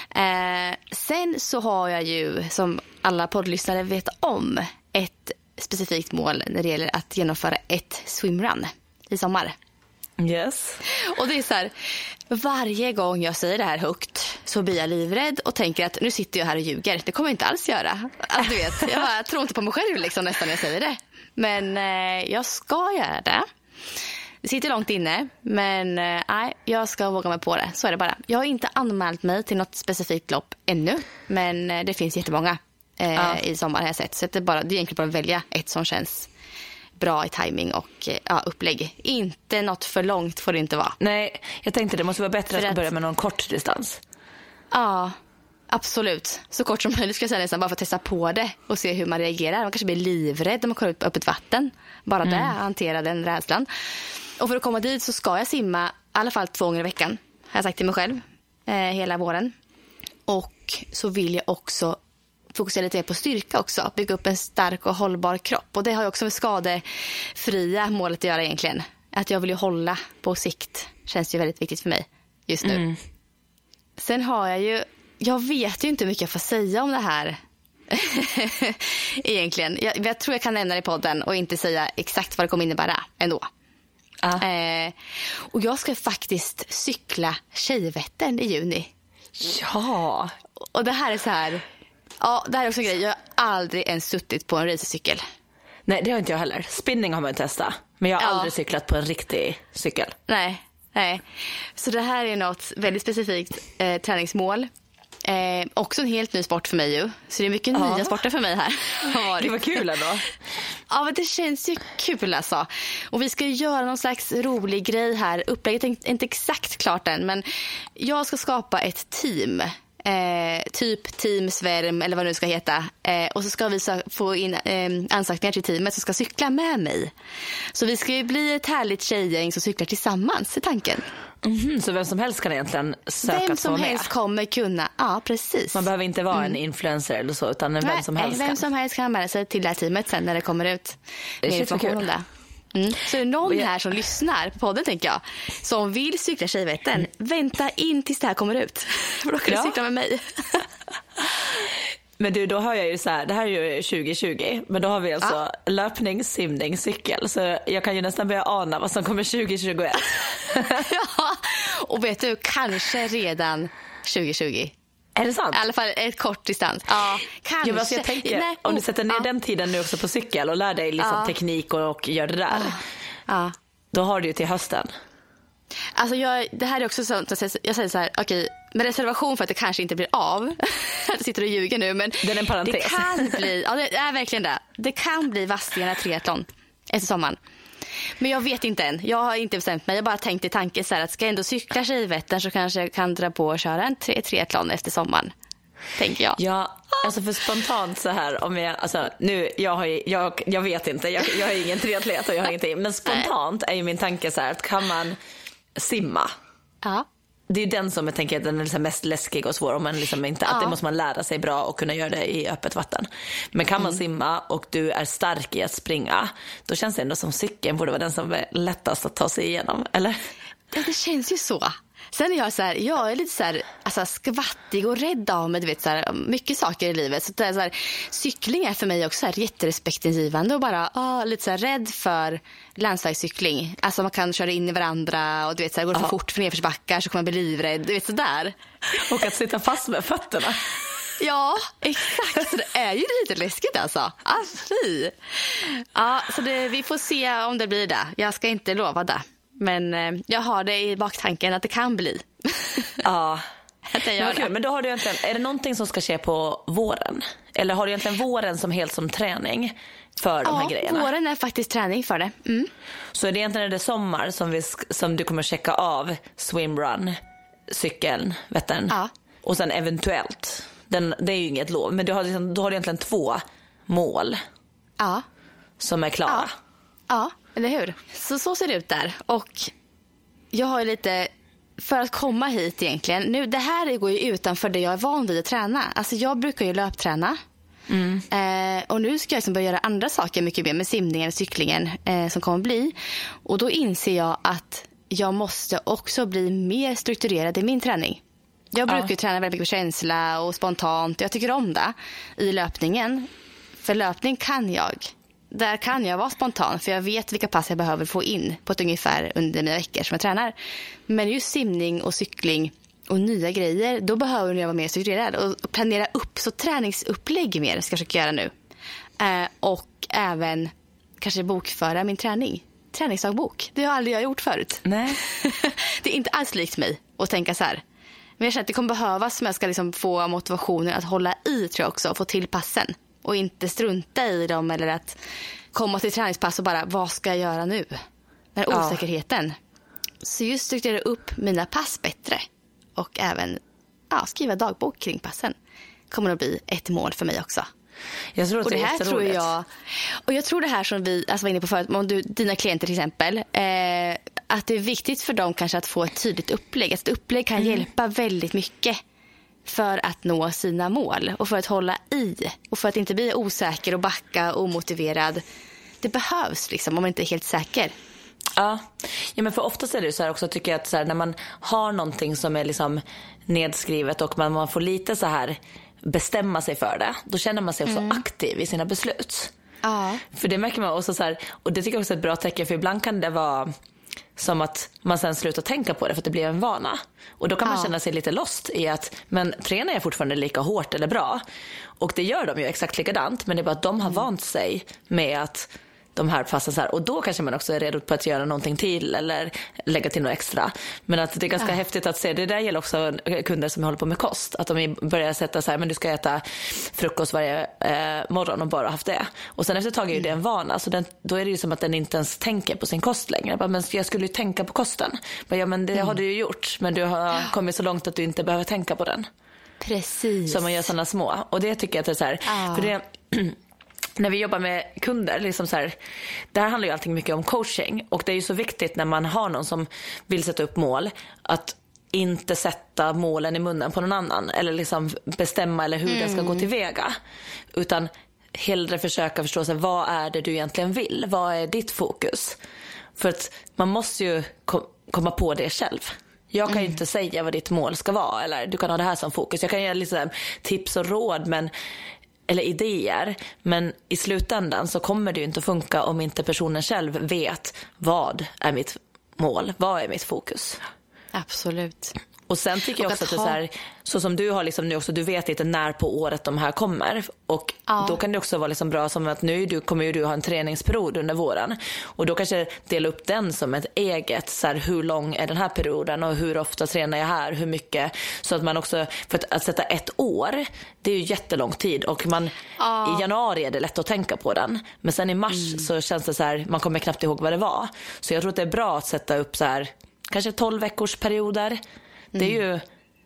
Sen så har jag ju, som alla poddlyssnare vet om, ett specifikt mål när det gäller att genomföra ett swimrun i sommar. Yes. Och det är så här, varje gång jag säger det här högt så blir jag livrädd och tänker att nu sitter jag här och ljuger. Det kommer jag inte alls göra. Alltså, du vet, jag tror inte på mig själv liksom, nästan när jag säger det. Men jag ska göra det. Det sitter långt inne, men nej, jag ska våga mig på det. Så är det bara. Jag har inte anmält mig till något specifikt lopp ännu, men det finns jättemånga i sommar har jag sett. Så det är egentligen bara att välja ett som känns bra i timing och upplägg. Inte något för långt får det inte vara. Nej, jag tänkte det måste vara bättre att börja med någon kort distans. Ja, absolut. Så kort som möjligt ska jag säga, nästan bara för att testa på det och se hur man reagerar. Man kanske blir livrädd när man kommer ut på öppet vatten. Bara det, hantera den rädslan. Och för att komma dit så ska jag simma i alla fall 2 gånger i veckan. Har jag sagt till mig själv hela våren. Och så vill jag också fokusera lite mer på styrka också. Bygga upp en stark och hållbar kropp. Och det har ju också med skadefria målet att göra egentligen. Att jag vill ju hålla på sikt. Känns ju väldigt viktigt för mig just nu. Sen har jag vet ju inte hur mycket jag får säga om det här. Egentligen. Jag tror jag kan nämna det i podden och inte säga exakt vad det kommer innebära ändå. Och jag ska faktiskt cykla Tjejvättern i juni. Ja. Och det här är så här. Ja, det här är också en grej. Jag har aldrig ens suttit på en racercykel. Nej, det har inte jag heller. Spinning har man testat. Men jag har aldrig cyklat på en riktig cykel. Nej. Så det här är något väldigt specifikt träningsmål. Också en helt ny sport för mig ju. Så det är mycket nya sporter för mig här. Det var kul ändå. Ja, men det känns ju kul alltså. Och vi ska göra någon slags rolig grej här. Upplägget är inte exakt klart än, men jag ska skapa ett team. Typ Team Svärm eller vad det nu ska heta. Och så ska vi få in ansökningar till teamet som ska cykla med mig. Så vi ska ju bli ett härligt tjejgäng som cyklar tillsammans, är tanken. Så vem som helst kan egentligen söka vem att som helst kommer kunna, ja precis. Man behöver inte vara en influencer eller så, utan vem som helst vem som helst kan med sig till det här teamet sen när det kommer ut mer information om det. Så är det någon här som lyssnar på podden, tänker jag, som vill cykla Tjejvättern, vänta in tills det här kommer ut. För då kan du cykla med mig. Men du, då har jag ju så här, det här är ju 2020, men då har vi alltså löpning, simning, cykel. Så jag kan ju nästan börja ana vad som kommer 2021. Och vet du, kanske redan 2020. Är det sant? I alla fall ett kort distans. Ja, kanske. Ja, jag tänker, om du sätter ner den tiden nu också på cykel och lär dig liksom teknik och gör det där. Då har du ju till hösten. Alltså det här är också sånt att jag säger så här, okej, med reservation för att det kanske inte blir av. Jag sitter och ljuger nu, men det är en parentes. Det kan bli, ja det är verkligen det. Det kan bli Vadstena triathlon efter sommaren. Men jag vet inte än. Jag har inte bestämt mig. Jag bara tänkte i tanken så här att ska jag ändå cykla Tjejvättern så kanske jag kan dra på och köra en triathlon efter sommaren. Tänker jag. Ja, alltså för spontant så här om jag, alltså nu, jag vet inte, jag är ingen triatlet och jag har ingenting, men spontant är ju min tanke så här att kan man simma? Ja. Det är ju den som jag tänker den är liksom mest läskig och svår om man liksom inte, att det måste man lära sig bra och kunna göra det i öppet vatten. Men kan man simma och du är stark i att springa, då känns det ändå som cykeln borde vara den som är lättast att ta sig igenom, eller? Ja, det känns ju så. Sen är jag är lite så här, alltså skvattig och rädd av mig, du vet så här, mycket saker i livet. Så det är så här, cykling är för mig också så här jätterespektingivande och bara lite så här rädd för landsvägscykling. Alltså man kan köra in i varandra och du vet så här, går det för fort för nedförsbackar så kommer man bli livrädd, du vet så där. Och att sitta fast med fötterna. Ja, exakt. Så det är ju lite läskigt alltså. Fy. Ja, så vi får se om det blir det. Jag ska inte lova det. Men jag har det i baktanken att det kan bli. Ja, det gör det. Men då har du egentligen, är det någonting som ska ske på våren? Eller har du egentligen våren som helt som träning för de här grejerna? Ja, våren är faktiskt träning för det. Mm. Så är det egentligen det sommar som du kommer checka av swimrun, cykeln, Vättern? Ja. Och sen eventuellt, det är ju inget lov, men du har egentligen 2 mål som är klara. Ja, eller hur? Så ser det ut där. Och jag har ju lite, för att komma hit egentligen, nu, det här går ju utanför det jag är van vid att träna. Alltså jag brukar ju löpträna. Och nu ska jag liksom börja göra andra saker mycket mer med simningen och cyklingen som kommer bli. Och då inser jag att jag måste också bli mer strukturerad i min träning. Jag brukar ju träna väldigt mycket på känsla och spontant. Jag tycker om det i löpningen. För löpning kan jag. Där kan jag vara spontan för jag vet vilka pass jag behöver få in på ett ungefär under mina veckor som jag tränar. Men just simning och cykling och nya grejer, då behöver jag vara mer strukturerad och planera upp, så träningsupplägg mer ska jag försöka göra nu. Och även kanske bokföra min träning. Träningsdagbok. Det har aldrig jag gjort förut. Nej. Det är inte alls likt mig att tänka så här. Men jag känner att det kommer behövas om jag ska liksom få motivationen att hålla i, tror jag också, och få till passen. Och inte strunta i dem eller att komma till träningspass och bara, vad ska jag göra nu? Den här osäkerheten. Så just strukturera upp mina pass bättre. Och även skriva dagbok kring passen. Kommer att bli ett mål för mig också. Jag tror att det här tror jag. Och jag tror det här som vi var inne på förut, om dina klienter till exempel, att det är viktigt för dem kanske att få ett tydligt upplägg. Ett upplägg kan hjälpa väldigt mycket för att nå sina mål och för att hålla i och för att inte bli osäker och backa omotiverad. Det behövs liksom om man inte är helt säker. Ja, men för oftast är det så här också, tycker jag, att så här, när man har någonting som är liksom nedskrivet och man får lite så här bestämma sig för det, då känner man sig också aktiv i sina beslut. Ja. För det märker man också så här, och det tycker jag också är ett bra tecken, för ibland kan det vara som att man sen slutar tänka på det för att det blir en vana. Och då kan man känna sig lite lost i att, men tränar jag fortfarande lika hårt eller bra? Och det gör de ju exakt likadant, men det är bara att de har vant sig med att de här passen så här, och då kanske man också är redo på att göra någonting till eller lägga till något extra. Men att det är ganska häftigt att se, det där gäller också kunder som håller på med kost, att de börjar sätta så här, men du ska äta frukost varje morgon och bara haft det. Och sen efter ett tag är ju det en vana, så då är det ju som att den inte ens tänker på sin kost längre. Bara, men jag skulle ju tänka på kosten. Bara, ja, men det har du ju gjort, men du har kommit så långt att du inte behöver tänka på den. Precis. Så man gör sådana små. Och det tycker jag att det är så här, för det när vi jobbar med kunder, liksom så här, det här handlar ju allting mycket om coaching. Och det är ju så viktigt när man har någon som vill sätta upp mål, att inte sätta målen i munnen på någon annan. Eller liksom bestämma eller hur den ska gå tillväga. Utan hellre försöka förstå sig, vad är det du egentligen vill? Vad är ditt fokus? För att man måste ju komma på det själv. Jag kan ju inte säga vad ditt mål ska vara. Eller du kan ha det här som fokus. Jag kan ge liksom tips och råd, eller idéer, men i slutändan så kommer det ju inte att funka om inte personen själv vet vad är mitt mål, vad är mitt fokus. Absolut. Och sen tycker jag också att det är så här, så som du har liksom nu också, du vet inte när på året de här kommer. Och då kan det också vara liksom bra som att nu kommer ju du ha en träningsperiod under våren. Och då kanske dela upp den som ett eget, så här, hur lång är den här perioden och hur ofta tränar jag här, hur mycket. Så att man också, för att sätta ett år, det är ju jättelång tid. Och i januari är det lätt att tänka på den. Men sen i mars så känns det så här, man kommer knappt ihåg vad det var. Så jag tror att det är bra att sätta upp så här, kanske 12 veckors perioder. Det är ju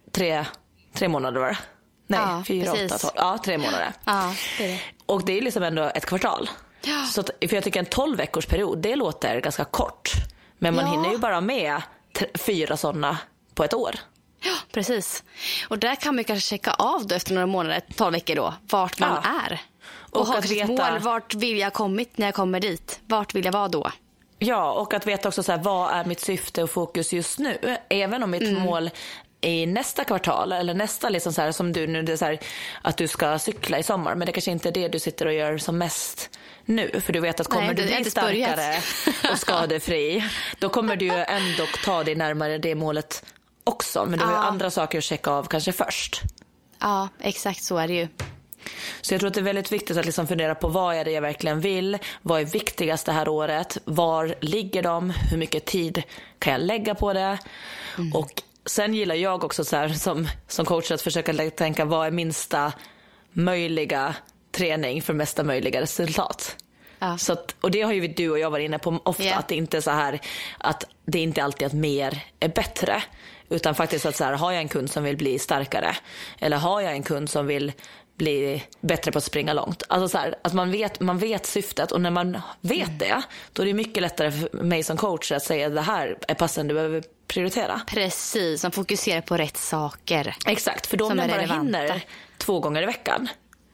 tre månader, va? Nej, 4, 8, 12. Ja, 3 månader. Ja, det är det. Och det är liksom ändå ett kvartal. Ja. Så att, för jag tycker en 12 veckors period, det låter ganska kort. Men man hinner ju bara med 4 sådana på ett år. Ja, precis. Och där kan man kanske checka av då efter några månader, 12 veckor då, vart man är. Och ha ett mål, vart vill jag kommit när jag kommer dit? Vart vill jag vara då? Ja, och att veta också så här, vad är mitt syfte och fokus just nu? Även om mitt mål i nästa kvartal eller nästa liksom så här, som du nu, det är så här, att du ska cykla i sommar, men det kanske inte är det du sitter och gör som mest nu, för du vet att kommer du bli starkare och skadefri, då kommer du ju ändå ta dig närmare det målet också, men du har ju andra saker att checka av kanske först. Ja, exakt så är det ju. Så jag tror att det är väldigt viktigt att liksom fundera på vad är det jag verkligen vill, vad är viktigast det här året, var ligger de, hur mycket tid kan jag lägga på det. Och sen gillar jag också så här, som coach att försöka tänka vad är minsta möjliga träning för mesta möjliga resultat. Så att, och det har ju du och jag varit inne på ofta, att det inte är så här, att det inte alltid att mer är bättre, utan faktiskt att så här, har jag en kund som vill bli starkare, eller har jag en kund som vill bli bättre på att springa långt. Alltså så här, att man vet syftet, och när man vet det, då är det mycket lättare för mig som coach att säga det här är passen du behöver prioritera. Precis, som fokuserar på rätt saker. Exakt, för då när man bara hinner 2 gånger i veckan,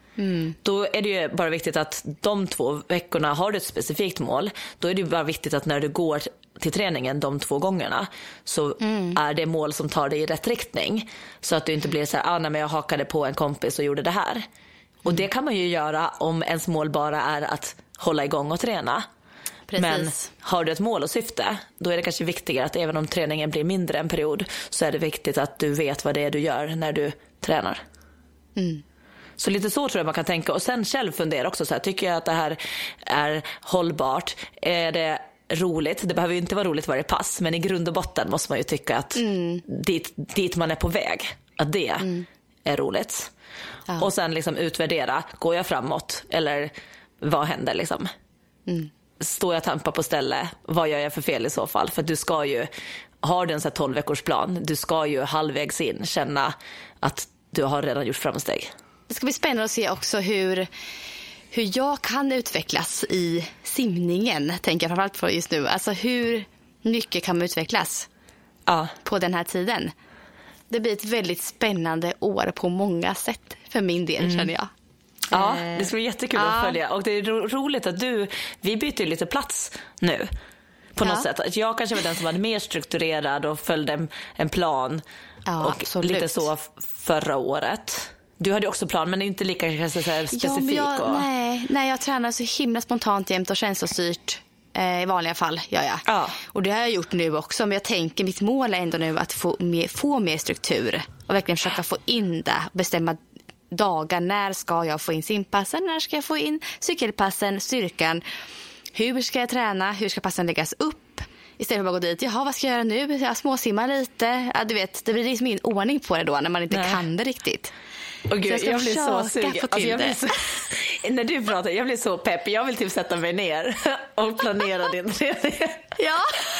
då är det ju bara viktigt att de 2 veckorna har du ett specifikt mål. Då är det ju bara viktigt att när du går till träningen de 2 gångerna så är det mål som tar dig i rätt riktning. Så att du inte blir så här, nej men jag hakade på en kompis och gjorde det här. Och det kan man ju göra om ens mål bara är att hålla igång och träna. Precis. Men har du ett mål och syfte, då är det kanske viktigare att även om träningen blir mindre en period, så är det viktigt att du vet vad det är du gör när du tränar. Så lite så tror jag man kan tänka. Och sen själv fundera också så här, tycker jag att det här är hållbart? Är det roligt? Det behöver ju inte vara roligt varje pass, men i grund och botten måste man ju tycka att dit man är på väg, att det är roligt. Och sen liksom utvärdera, går jag framåt eller vad händer liksom? Står jag tampa på ställe, vad gör jag för fel i så fall? För du ska ju, har du en sån här 12 veckors plan, du ska ju halvvägs in känna att du har redan gjort framsteg. Det ska bli spännande att se också hur jag kan utvecklas i simningen, tänker jag framförallt på just nu. Alltså hur mycket kan man utvecklas på den här tiden? Det blir ett väldigt spännande år på många sätt för min del, känner jag. Ja, det ska bli jättekul att följa. Och det är roligt att vi byter lite plats nu på något sätt. Jag kanske var den som hade mer strukturerad och följde en plan. Och absolut. Lite så förra året. Du hade också plan, men inte lika kanske så här specifik. Nej, jag tränar så himla spontant jämt och känslostyrt i vanliga fall, gör jag. Ja. Och det har jag gjort nu också, men jag tänker mitt mål är ändå nu att få mer struktur och verkligen försöka få in det, bestämma dagar, när ska jag få in simpassen, när ska jag få in cykelpassen, styrkan, hur ska jag träna, hur ska passen läggas upp, istället för att bara gå dit, jaha vad ska jag göra nu, jag småsimmar lite, ja, du vet, det blir liksom ingen ordning på det då när man inte kan det riktigt. Och gud, jag blir så sugen. Alltså, när du pratar, jag blir så pepp. Jag vill typ sätta mig ner och planera din träning. Ja.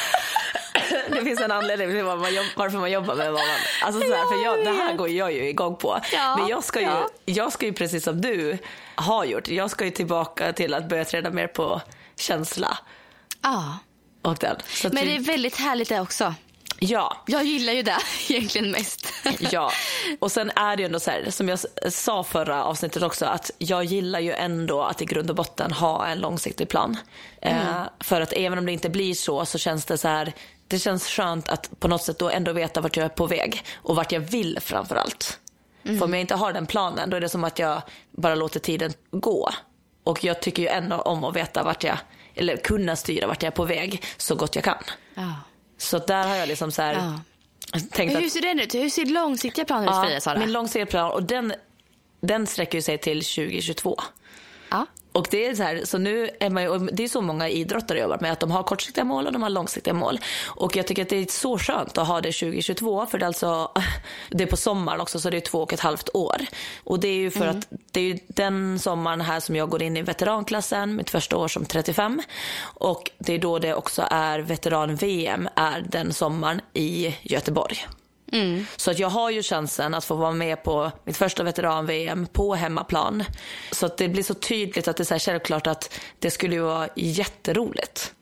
Det finns en anledning till varför man jobbar med vad man... Alltså så här, för det här går jag ju igång på. Ja. Men jag ska ju precis som du har gjort. Jag ska ju tillbaka till att börja träna mer på känsla. Ja. Och den. Så men det är väldigt härligt det också. Ja. Jag gillar ju det egentligen mest. Ja, och sen är det ju ändå så här, som jag sa förra avsnittet också, att jag gillar ju ändå att i grund och botten ha en långsiktig plan. För att även om det inte blir så känns det så här, det känns skönt att på något sätt då ändå veta vart jag är på väg och vart jag vill framförallt. För om jag inte har den planen, då är det som att jag bara låter tiden gå. Och jag tycker ju ändå om att veta eller kunna styra vart jag är på väg så gott jag kan. Ja. Så där har jag liksom så här Hur ser den ut? Hur ser långsiktiga planer ut för dig, Sara? Min långsiktiga plan, och den sträcker sig till 2022. Ja. Och det är så här, så nu är man ju, det är så många idrottare jobbar med att de har kortsiktiga mål och de har långsiktiga mål. Och jag tycker att det är så skönt att ha det 2022, för det är alltså, det är på sommaren också, så det är 2,5 år. Och det är ju för att det är ju den sommaren här som jag går in i veteranklassen, mitt första år som 35. Och det är då det också är veteran-VM är den sommaren i Göteborg. Så att jag har ju chansen att få vara med på mitt första veteran-VM på hemmaplan. Så att det blir så tydligt att det är så här självklart att det skulle ju vara jätteroligt.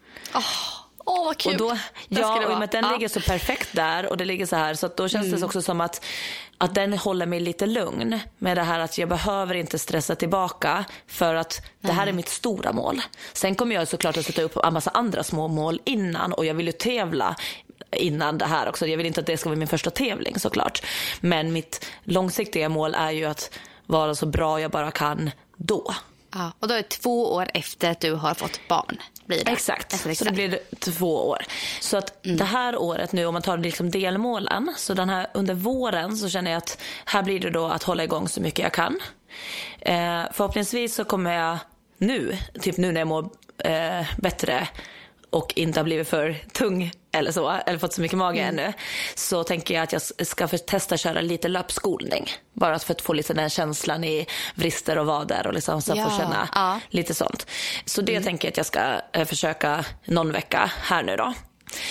Vad kul. Och då, och med att den ligger så perfekt där och det ligger så här, så att då känns det också som att den håller mig lite lugn med det här att jag behöver inte stressa tillbaka, för att det här är mitt stora mål. Sen kommer jag såklart att sätta upp en massa andra små mål innan, och jag vill ju tävla innan det här också. Jag vill inte att det ska vara min första tävling såklart. Men mitt långsiktiga mål är ju att vara så bra jag bara kan då. Ja, och då är det 2 år efter att du har fått barn. Blir det. Exakt, så det blir 2 år. Så att det här året nu, om man tar liksom delmålen, så den här under våren så känner jag att här blir det då att hålla igång så mycket jag kan. Förhoppningsvis så kommer jag nu när jag mår bättre och inte har blivit för tung eller så, eller fått så mycket mage ännu, så tänker jag att jag ska testa köra lite löpskolning, bara för att få lite den känslan i vrister och vader och liksom, så få känna lite sånt. Så det tänker jag att jag ska försöka någon vecka här nu då.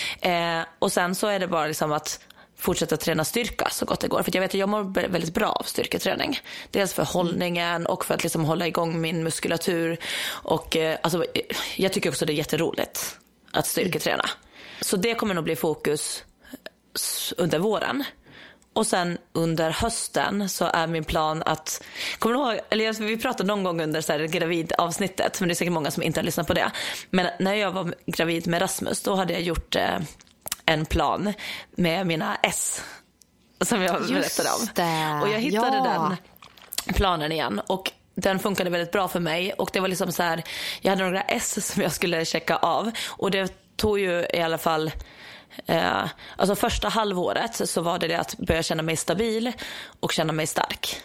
Och sen så är det bara liksom att fortsätta träna styrka så gott det går. För jag vet att jag mår väldigt bra av styrketräning. Dels för hållningen och för att liksom hålla igång min muskulatur. Och alltså, jag tycker också det är jätteroligt att styrketräna. Så det kommer nog bli fokus under våren. Och sen under hösten så är min plan att, kommer du ihåg, eller vi pratade någon gång under så här gravidavsnittet, men det är säkert många som inte har lyssnat på det. Men när jag var gravid med Rasmus, då hade jag gjort en plan med mina S som jag berättade om. Och jag hittade den planen igen, och den funkade väldigt bra för mig. Och det var liksom så här, jag hade några S som jag skulle checka av, och det tog ju i alla fall alltså första halvåret så var det att börja känna mig stabil och känna mig stark.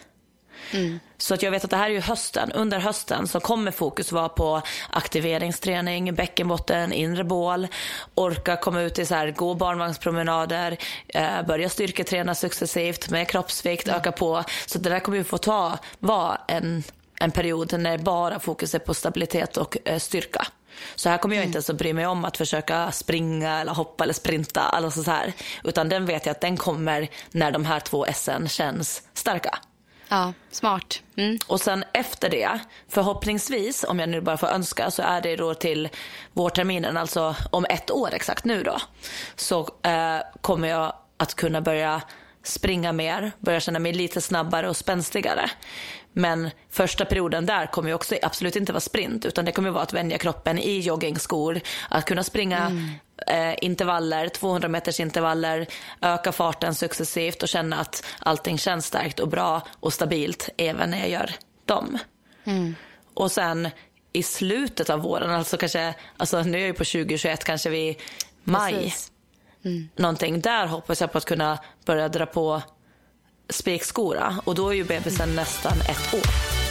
Så att jag vet att det här är ju hösten. Under hösten så kommer fokus vara på aktiveringsträning, bäckenbotten, inre bål, orka komma ut i så här, gå barnvagnspromenader, börja styrketräna successivt med kroppsvikt, öka på. Så det där kommer ju få vara en period när bara fokus är på stabilitet och styrka. Så här kommer jag inte ens att bry mig om att försöka springa eller hoppa eller sprinta eller så här, utan den vet jag att den kommer när de här 2 S:en känns starka. Ja, smart. Och sen efter det, förhoppningsvis, om jag nu bara får önska, så är det då till vårterminen, alltså om 1 år exakt nu då, så kommer jag att kunna börja springa mer, börja känna mig lite snabbare och spänstigare. Men första perioden där kommer ju också absolut inte vara sprint, utan det kommer vara att vänja kroppen i joggingskor, att kunna springa intervaller, 200 meters intervaller, öka farten successivt och känna att allting känns starkt och bra och stabilt även när jag gör dem. Och sen i slutet av våren, alltså kanske, alltså nu är jag ju på 2021, kanske vid maj någonting, där hoppas jag på att kunna börja dra på spikskora, och då är ju bebisen nästan 1 år.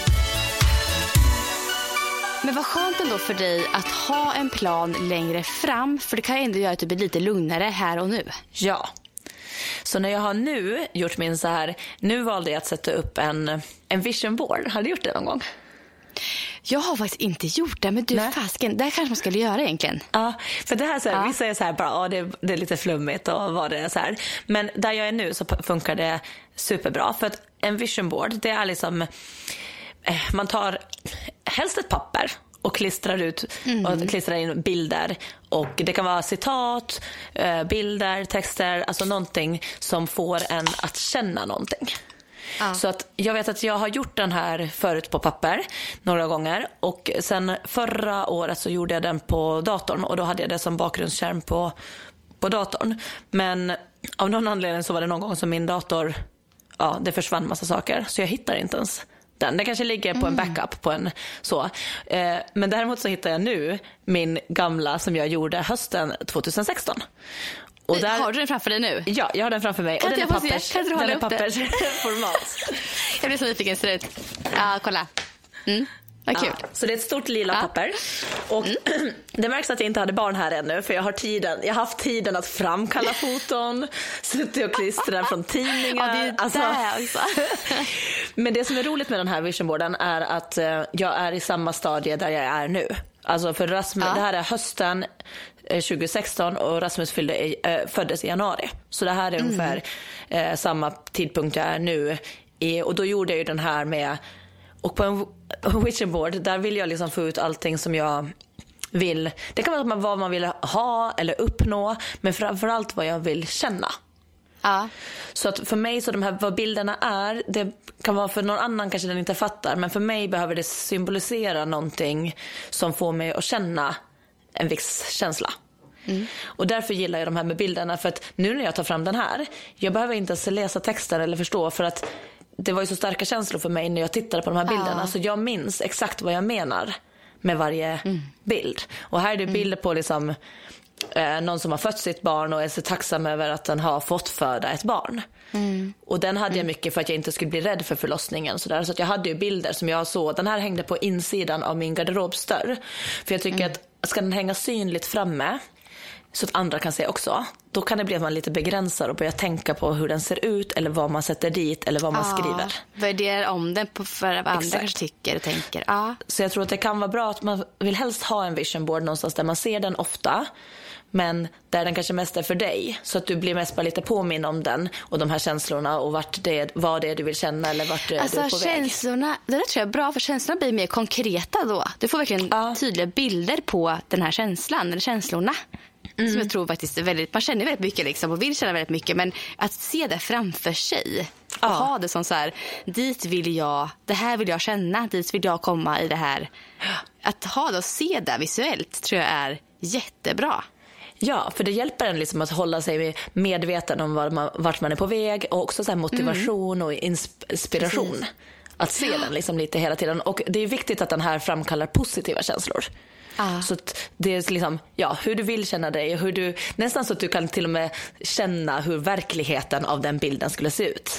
Men vad skönt ändå för dig att ha en plan längre fram, för det kan ju ändå göra att du blir lite lugnare här och nu. Ja. Så när jag har nu gjort min så här, nu valde jag att sätta upp en vision board. Har du gjort det någon gång? Jag har faktiskt inte gjort det, men du fasken, det här kanske man skulle göra egentligen. Ja, för det här så här, vi säger så här bara, det är lite flummigt och vad det är så här. Men där jag är nu så funkar det superbra, för att en vision board, det är liksom, man tar helst ett papper och klistrar ut och klistrar in bilder, och det kan vara citat, bilder, texter, alltså någonting som får en att känna någonting. Så att jag vet att jag har gjort den här förut på papper några gånger, och sen förra året så gjorde jag den på datorn, och då hade jag det som bakgrundsskärm på datorn. Men av någon anledning så var det någon gång som min dator, det försvann massa saker, så jag hittar inte ens den. Det kanske ligger på en backup på en så. Men däremot så hittar jag nu min gamla som jag gjorde hösten 2016. Och där, har du den framför dig nu? Ja, jag har den framför mig. Kan och den är pappersformat. Jag blir så nyfiken, ser det ut. Ja, kolla. Vad kul. Ja, så det är ett stort lila papper. Och det märks att jag inte hade barn här ännu. För jag har haft tiden att framkalla foton, suttit och klistrat från tidningar. Ja, det är också. Men det som är roligt med den här visionboarden är att jag är i samma stadie där jag är nu. Alltså för Rasmus, det här är hösten 2016 och Rasmus föddes i januari. Så det här är ungefär samma tidpunkt jag är nu. Och då gjorde jag ju den här med... Och på en vision board, där vill jag liksom få ut allting som jag vill. Det kan vara vad man vill ha eller uppnå, men framförallt vad jag vill känna. Ja. Så att för mig, så de här vad bilderna är, det kan vara för någon annan kanske den inte fattar, men för mig behöver det symbolisera någonting som får mig att känna en viss känsla. Och därför gillar jag de här med bilderna, för att nu när jag tar fram den här, jag behöver inte ens läsa texten eller förstå, för att det var ju så starka känslor för mig när jag tittade på de här bilderna. Så jag minns exakt vad jag menar med varje bild. Och här är det bilder på liksom, någon som har fött sitt barn och är så tacksam över att den har fått föda ett barn. Och den hade jag mycket för att jag inte skulle bli rädd för förlossningen. Så att jag hade ju bilder som jag såg. Den här hängde på insidan av min garderobsdörr. För jag tycker att ska den hänga synligt framme, så att andra kan se också, då kan det bli att man lite begränsar och börjar tänka på hur den ser ut eller vad man sätter dit eller vad man skriver. Värderar om den för vad andra kanske tycker och tänker. Så jag tror att det kan vara bra att man vill helst ha en vision board någonstans där man ser den ofta, men där den kanske mest är för dig, så att du blir mest bara lite påminn om den och de här känslorna och vad det är du vill känna eller vart du är på känslorna, väg. Det där tror jag är bra, för känslorna blir mer konkreta då. Du får verkligen tydliga bilder på den här känslan eller känslorna. Som jag tror faktiskt är väldigt, man känner väldigt mycket liksom och vill känna väldigt mycket, men att se det framför sig och ha det som så här, dit vill jag, det här vill jag känna, dit vill jag komma i det här. Att ha det och se det visuellt tror jag är jättebra. Ja, för det hjälper en liksom att hålla sig medveten om vart man är på väg, och också så här motivation och inspiration. Precis. Att se den liksom lite hela tiden. Och det är viktigt att den här framkallar positiva känslor. Så att det är liksom, hur du vill känna dig, hur du, nästan så att du kan till och med känna hur verkligheten av den bilden skulle se ut.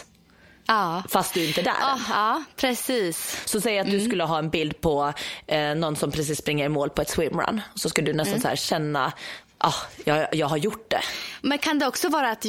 Fast du inte är där. Ja, precis. Så säg att du skulle ha en bild på någon som precis springer i mål på ett swimrun. Så ska du nästan så här känna, jag har gjort det. Men kan det också vara att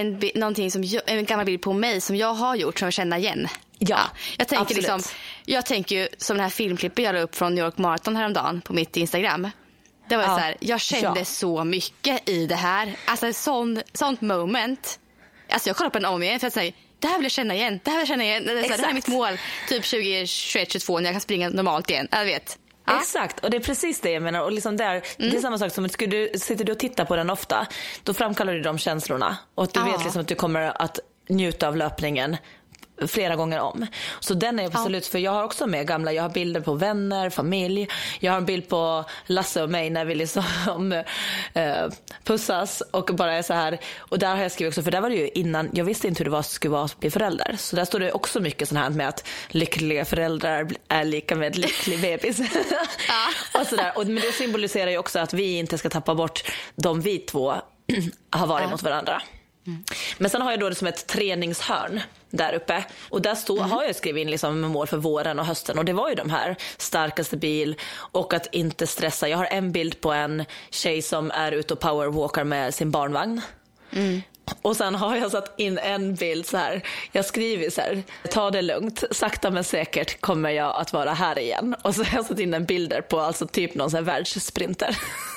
en gammal bild på mig som jag har gjort som jag känner igen? Ja, jag tänker absolut. liksom, jag tänker ju som den här filmklippet jag la upp från New York Marathon häromdagen på mitt Instagram. Det var så här, jag kände så mycket i det här. Alltså sånt moment. Alltså jag kollar på den om igen för att säga, det här vill jag känna igen. Det här är mitt mål typ 2021-2022 när jag kan springa normalt igen. Jag vet. Exakt, och det är precis det jag menar. Och liksom där, det är samma sak som att sitter du och tittar på den ofta, då framkallar du de känslorna. Och du vet liksom att du kommer att njuta av löpningen flera gånger om. Så den är absolut, för jag har också med gamla, jag har bilder på vänner, familj, jag har en bild på Lasse och mig när vi liksom pussas och bara är så här, och där har jag skrivit också, för där var det ju innan, jag visste inte hur det skulle vara att bli förälder, så där står det också mycket sånt här med att lyckliga föräldrar är lika med lycklig bebis. Och sådär, men det symboliserar ju också att vi inte ska tappa bort de vi två har varit mot varandra. Men sen har jag då det som ett träningshörn där uppe, och där har jag skrivit in liksom mål för våren och hösten, och det var ju de här starkaste bil och att inte stressa. Jag har en bild på en tjej som är ute och powerwalkar med sin barnvagn. Och sen har jag satt in en bild så här, jag skriver så här: ta det lugnt, sakta men säkert kommer jag att vara här igen. Och så har jag satt in en bilder på alltså typ någon sån här världssprinter.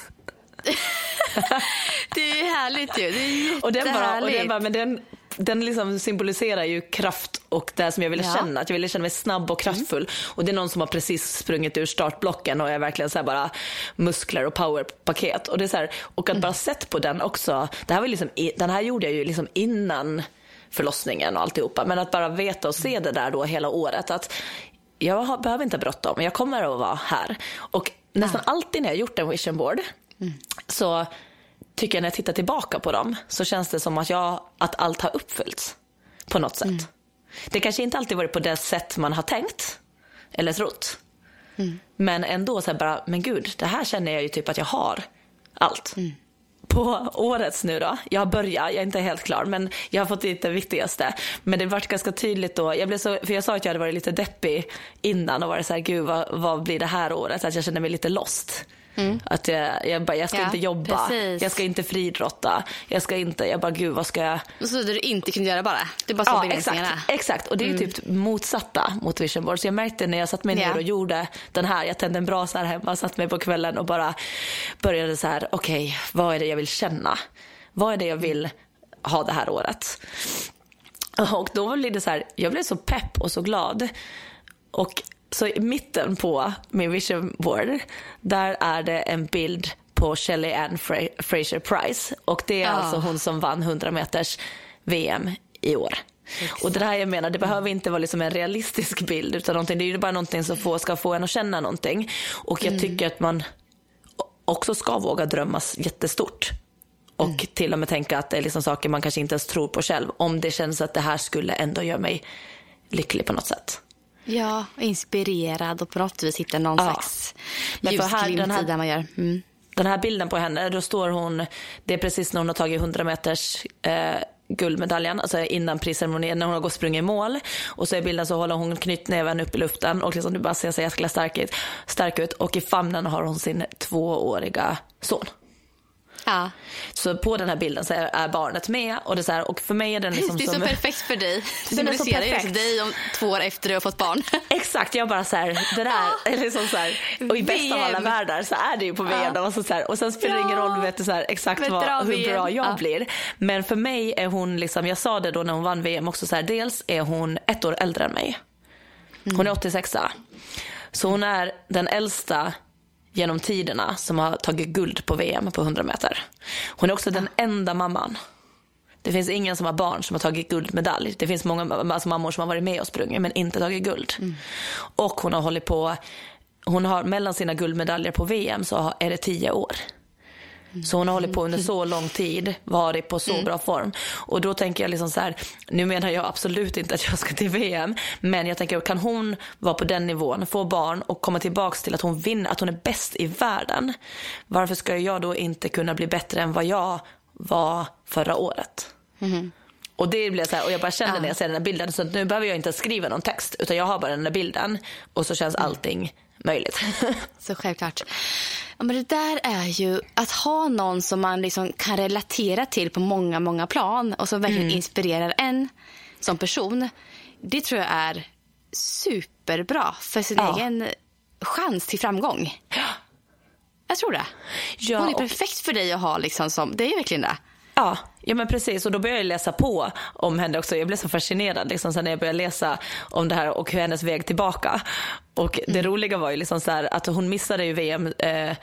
Det är ju härligt ju. Det är jättehärligt. Den liksom symboliserar ju kraft och det som jag ville känna. Att jag ville känna mig snabb och kraftfull. Och det är någon som har precis sprungit ur startblocken och är verkligen så här bara muskler och powerpaket. Och det är så här, och att bara sett på den också. Det här var liksom, den här gjorde jag ju liksom innan förlossningen och alltihopa. Men att bara veta och se det där då hela året, att jag behöver inte bråttom, jag kommer att vara här. Och nästan alltid när jag gjort en vision board så tycker jag, när jag tittar tillbaka på dem, så känns det som att allt har uppfyllts på något sätt. Det kanske inte alltid varit på det sätt man har tänkt eller trott. Men ändå så här bara, men gud, det här känner jag ju typ att jag har allt. på årets nu då, jag är inte helt klar, men jag har fått dit det viktigaste. Men det var ganska tydligt då, för jag sa att jag hade varit lite deppig innan och varit så här, gud vad blir det här året? Att jag kände mig lite lost. Att jag ska inte jobba, precis. Jag ska inte friidrotta, jag bara gud vad ska jag... Så det du inte kunde göra bara, det bara så begränsningarna. Exakt, och det är ju typ motsatta mot vision board. Så jag märkte när jag satt mig ner och gjorde den här, jag tände en brasa här hemma, satt mig på kvällen och bara började så här, okej, vad är det jag vill känna? Vad är det jag vill ha det här året? Och då blev det så här, jag blev så pepp och så glad. Och så i mitten på min vision board, där är det en bild på Shelly Ann Fraser Price. Och det är alltså hon som vann 100 meters VM i år. Exakt. Och det här jag menar, det behöver inte vara liksom en realistisk bild utan någonting, det är ju bara någonting som ska få en att känna någonting. Och jag tycker att man också ska våga drömmas jättestort. Och till och med tänka att det är liksom saker man kanske inte ens tror på själv. Om det känns att det här skulle ändå göra mig lycklig på något sätt. Ja, inspirerad och på något vis hitta någon slags ljusglimt i det man gör. Den här bilden på henne, då står hon, det är precis när hon har tagit 100 meters guldmedaljen, alltså innan prisceremonin, när hon har gått sprungit i mål. Och så i bilden så håller hon knytnäven upp i luften och liksom, du bara ser så jäkla stark ut. Och i famnen har hon sin 2-åriga son. Ja. Så på den här bilden så är barnet med och det är så här, och för mig är den liksom det är så perfekt för dig. Du symboliserar ju dig om 2 år efter du har fått barn. Exakt, jag bara så här, det där är liksom så här, och i bästa av alla världar så är det ju på VM så här, och sen spelar det ingen roll vet du, så här, exakt hur bra jag blir. Men för mig är hon liksom, jag sa det då när hon vann VM också så här, dels är hon 1 år äldre än mig. Hon är 86. Så hon är den äldsta genom tiderna som har tagit guld på VM på 100 meter. Hon är också den enda mamman. Det finns ingen som har barn som har tagit guldmedalj. Det finns många mammor som har varit med och sprungit men inte tagit guld. Och hon har hållit på, hon har mellan sina guldmedaljer på VM så är det 10 år. Så hon har hållit på under så lång tid, varit på så bra form. Och då tänker jag liksom så här, nu menar jag absolut inte att jag ska till VM, men jag tänker, kan hon vara på den nivån, få barn och komma tillbaks till att hon vinner, att hon är bäst i världen, varför ska jag då inte kunna bli bättre än vad jag var förra året? Och det blev så här, och jag bara kände när jag ser den här bilden, så nu behöver jag inte skriva någon text, utan jag har bara den här bilden och så känns allting möjligt. Så självklart. Ja, men det där är ju att ha någon som man liksom kan relatera till på många, många plan och som verkligen inspirerar en som person. Det tror jag är superbra för sin egen chans till framgång. Jag tror det. Ja, hon är perfekt för dig att ha liksom som, det är ju verkligen det. Ja, men precis. Och då började jag läsa på om henne också. Jag blev så fascinerad liksom, sen när jag började läsa om det här och hennes väg tillbaka. Och det roliga var ju liksom så här, att hon missade ju VM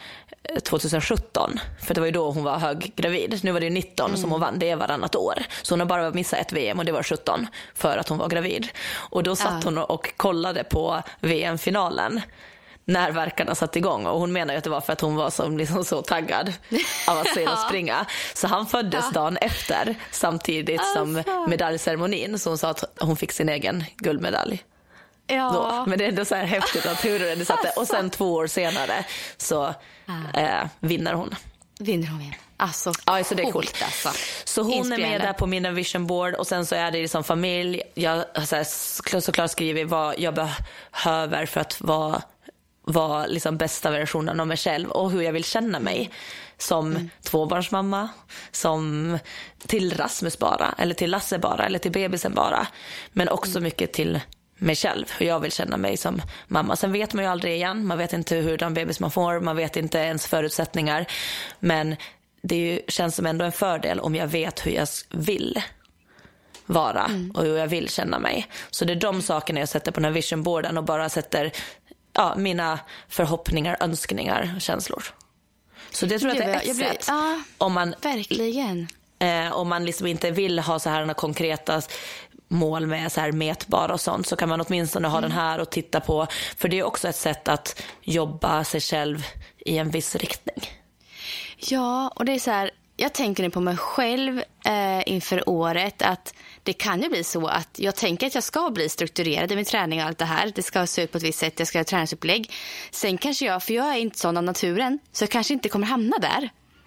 2017. För det var ju då hon var höggravid. Nu var det ju 19 som hon vann, det är varannat år. Så hon har bara missat ett VM och det var 17 för att hon var gravid. Och då satt hon och kollade på VM-finalen när verkarna satt igång, och hon menar ju att det var för att hon var som liksom så taggad av att se dem springa. Så han föddes dagen efter, samtidigt som medaljceremonin, så hon sa att hon fick sin egen guldmedalj. Då. Men det är ändå så här häftigt att hur det satte. Och sen 2 år senare så vinner hon. Alltså, så det är coolt. Alltså. Så hon är med där på min vision board, och sen så är det liksom familj. Jag har såklart skrivit vad jag behöver för att vara liksom bästa versionen av mig själv och hur jag vill känna mig som tvåbarnsmamma, som till Rasmus bara, eller till Lasse bara, eller till bebisen bara, men också mycket till mig själv, hur jag vill känna mig som mamma. Sen vet man ju aldrig igen, man vet inte hur den bebis man får, man vet inte ens förutsättningar, men det känns som ändå en fördel om jag vet hur jag vill vara och hur jag vill känna mig. Så det är de sakerna jag sätter på den här visionboarden och bara sätter mina förhoppningar, önskningar, känslor. Så det tror jag att det är ett sätt. Om man, verkligen. Om man liksom inte vill ha så här några konkreta mål med så här mätbara och sånt, så kan man åtminstone ha den här och titta på. För det är också ett sätt att jobba sig själv i en viss riktning. Ja, och det är så här, jag tänker nu på mig själv inför året, att det kan ju bli så att jag tänker att jag ska bli strukturerad i min träning och allt det här. Det ska se ut på ett visst sätt, jag ska ha träningsupplägg. Sen kanske för jag är inte sån av naturen, så jag kanske inte kommer hamna där.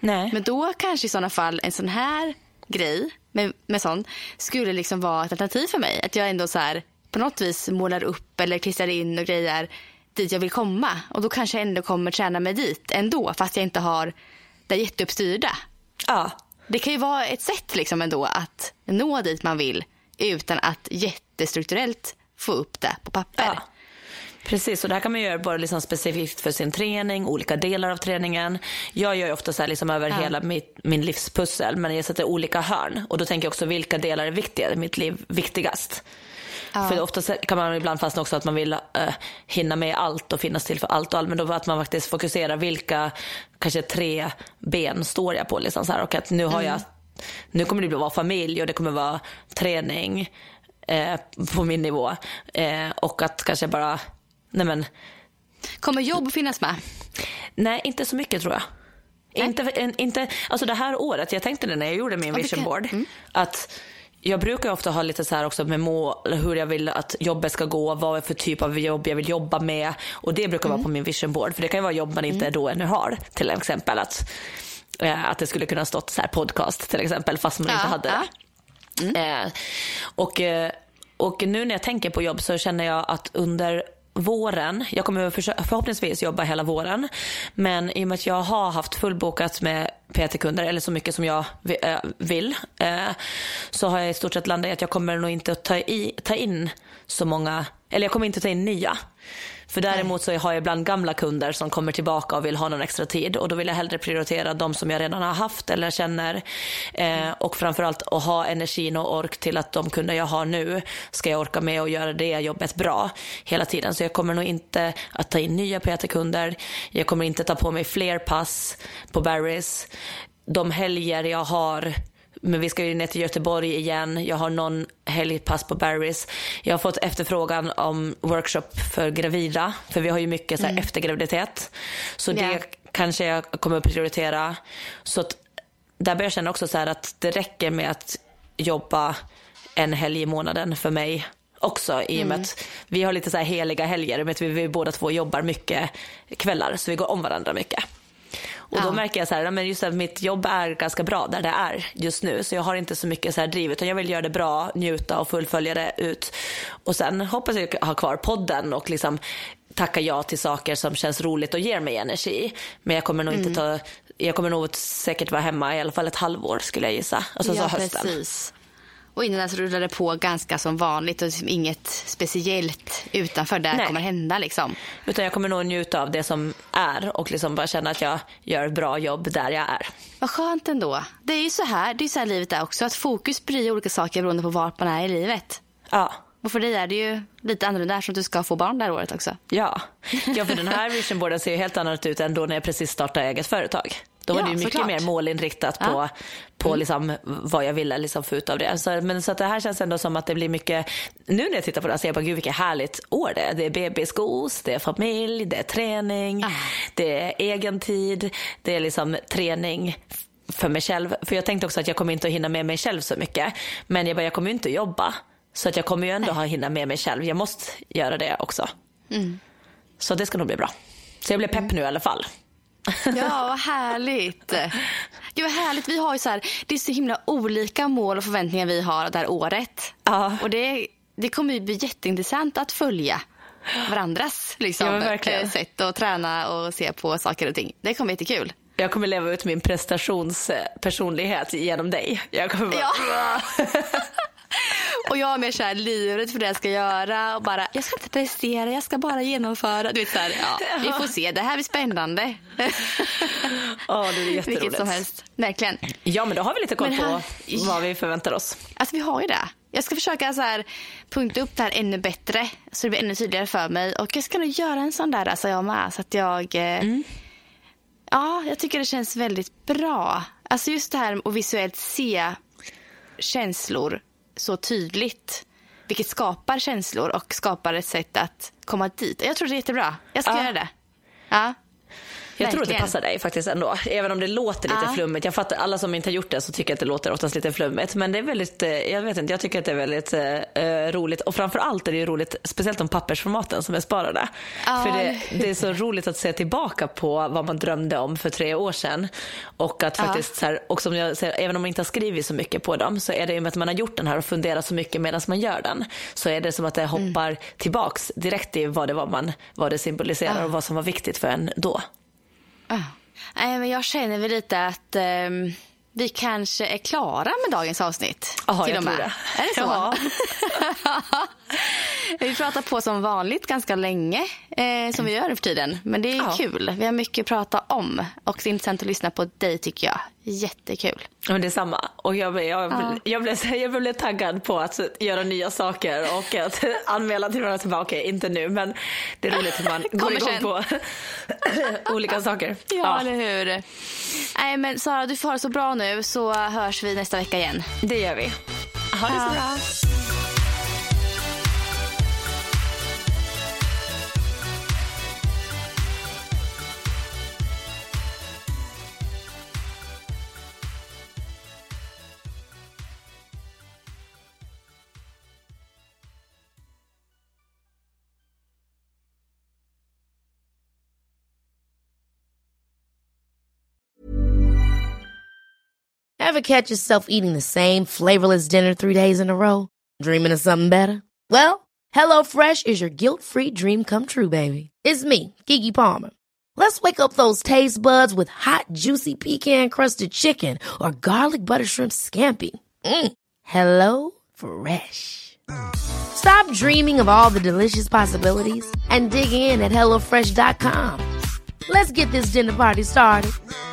Nej. Men då kanske i sådana fall en sån här grej med sånt skulle liksom vara ett alternativ för mig. Att jag ändå så här på något vis målar upp eller klistrar in och grejer dit jag vill komma. Och då kanske jag ändå kommer träna mig dit ändå, fast jag inte har det jätteuppstyrda. Ja. Det kan ju vara ett sätt liksom ändå att nå dit man vill utan att jättestrukturellt få upp det på papper. Ja. Precis, och det här kan man göra bara liksom specifikt för sin träning, olika delar av träningen. Jag gör ju ofta så här liksom över hela min livspussel, men jag sätter olika hörn. Och då tänker jag också vilka delar är viktiga i mitt liv viktigast. Ja. För ofta kan man ibland fastna också att man vill hinna med allt och finnas till för allt och allt. Men då att man faktiskt fokuserar vilka kanske 3 ben står jag på. Liksom så här. Och att nu har jag, nu kommer det vara familj och det kommer vara träning på min nivå. Och att kanske bara... Nej, men... Kommer jobb finnas med? Nej, inte så mycket tror jag. Inte, alltså det här året, jag tänkte det när jag gjorde min vision board, att jag brukar ofta ha lite så här också med mål, hur jag vill att jobbet ska gå, vad för typ av jobb jag vill jobba med, och det brukar vara på min vision board, för det kan ju vara jobb man inte då ännu har, till exempel att det skulle kunna stått så här podcast till exempel, fast man inte hade det. Och nu när jag tänker på jobb så känner jag att under våren, jag kommer förhoppningsvis jobba hela våren, men i och med att jag har haft fullbokat med PT-kunder eller så mycket som jag vill, så har jag i stort sett landat i att jag kommer nog inte att ta in så många, eller jag kommer inte ta in nya. För däremot så har jag ibland gamla kunder som kommer tillbaka och vill ha någon extra tid, och då vill jag hellre prioritera de som jag redan har haft eller känner, och framförallt att ha energin och ork till att de kunder jag har nu ska jag orka med och göra det jobbet bra hela tiden. Så jag kommer nog inte att ta in nya PT-kunder, jag kommer inte ta på mig fler pass på Barry's. De helger jag har, men vi ska ju ner till Göteborg igen. Jag har någon helgpass på Barry's. Jag har fått efterfrågan om workshop för gravida, för vi har ju mycket så här efter graviditet. Så det kanske jag kommer att prioritera. Så att där börjar jag känna också så här att det räcker med att jobba en helg i månaden för mig också, i och med att vi har lite så här heliga helger, med att vi båda två jobbar mycket kvällar, så vi går om varandra mycket. Och då märker jag så här, men just att mitt jobb är ganska bra där det är just nu, så jag har inte så mycket så här driv, utan jag vill göra det bra, njuta och fullfölja det ut. Och sen hoppas jag ha kvar podden och liksom tacka ja till saker som känns roligt och ger mig energi. Men jag kommer nog inte jag kommer nog säkert vara hemma i alla fall ett halvår, skulle jag gissa. Alltså så hösten. Precis. Och innan så rullar det på ganska som vanligt och liksom inget speciellt utanför där kommer hända liksom. Utan jag kommer nog njuta av det som är och liksom bara känna att jag gör ett bra jobb där jag är. Vad skönt ändå. Det är ju så här livet är också, att fokus blir olika saker beroende på vart man är i livet. Ja. Och för dig är det ju lite annorlunda som du ska få barn där året också. Ja, för den här visionboarden ser ju helt annat ut än då när jag precis startade eget företag. Då var det ju mycket mer målinriktat på liksom vad jag ville liksom få ut av det. Så att det här känns ändå som att det blir mycket... Nu när jag tittar på det så är jag bara, gud vilket härligt år det är. Det är bebisgos, det är familj, det är träning, det är egen tid, det är liksom träning för mig själv. För jag tänkte också att jag kommer inte att hinna med mig själv så mycket. Men jag kommer inte att jobba. Så att jag kommer ju ändå ha hinna med mig själv. Jag måste göra det också. Så det ska nog bli bra. Så jag blir pepp nu i alla fall. Ja, vad härligt. Gud vad härligt. Vi har ju så här, det är så himla olika mål och förväntningar vi har det här året. Ja. Och det kommer ju bli jätteintressant att följa varandras liksom, sätt att träna och se på saker och ting. Det kommer bli jättekul. Jag kommer leva ut min prestationspersonlighet genom dig. Jag kommer bara... Och jag är mer såhär livrädd för det jag ska göra och bara, jag ska inte prestera, jag ska bara genomföra. Du vet såhär, vi får se, det här blir spännande. Ja, det är jätteroligt. Vilket som helst, verkligen. Ja, men då har vi lite koll på vad vi förväntar oss. Alltså vi har ju det. Jag ska försöka så här punkta upp det här ännu bättre, så det blir ännu tydligare för mig. Och jag ska nog göra en sån där, alltså jag med, så att jag... Ja, jag tycker det känns väldigt bra. Alltså just det här att visuellt se känslor så tydligt, vilket skapar känslor och skapar ett sätt att komma dit. Jag tror det är jättebra. Jag ska göra det. Ja. Jag tror att det passar dig faktiskt ändå. Även om det låter lite flummigt. Jag fattar, alla som inte har gjort det så tycker att det låter oftast lite flummigt. Men det är väldigt, jag vet inte, jag tycker att det är väldigt roligt. Och framförallt är det ju roligt, speciellt om pappersformaten som är sparade. För det är så roligt att se tillbaka på vad man drömde om för 3 år sedan. Och att faktiskt så här, och som jag säger, även om man inte har skrivit så mycket på dem, så är det ju med att man har gjort den här och funderat så mycket medan man gör den. Så är det som att det hoppar tillbaks direkt i vad det symboliserar och vad som var viktigt för en då. Nej, men jag känner väl lite att vi kanske är klara med dagens avsnitt. Jaha, jag tror det. Är det så? Ja. Vi pratar på som vanligt ganska länge, som vi gör i för tiden. Men det är kul. Vi har mycket att prata om. Och det är intressant att lyssna på dig, tycker jag. Jättekul. Men det är samma. Och jag blev taggad på att göra nya saker och att anmäla till några tillbaka. Okej, inte nu, men det är roligt hur man går igång på olika saker. Ja, eller hur? Nej, men Sara, du får ha det så bra nu, så hörs vi nästa vecka igen. Det gör vi. Ha det så bra. Ever catch yourself eating the same flavorless dinner 3 days in a row? Dreaming of something better? Well, HelloFresh is your guilt-free dream come true, baby. It's me, Keke Palmer. Let's wake up those taste buds with hot, juicy pecan-crusted chicken or garlic butter shrimp scampi. Hello Fresh. Stop dreaming of all the delicious possibilities and dig in at HelloFresh.com. Let's get this dinner party started.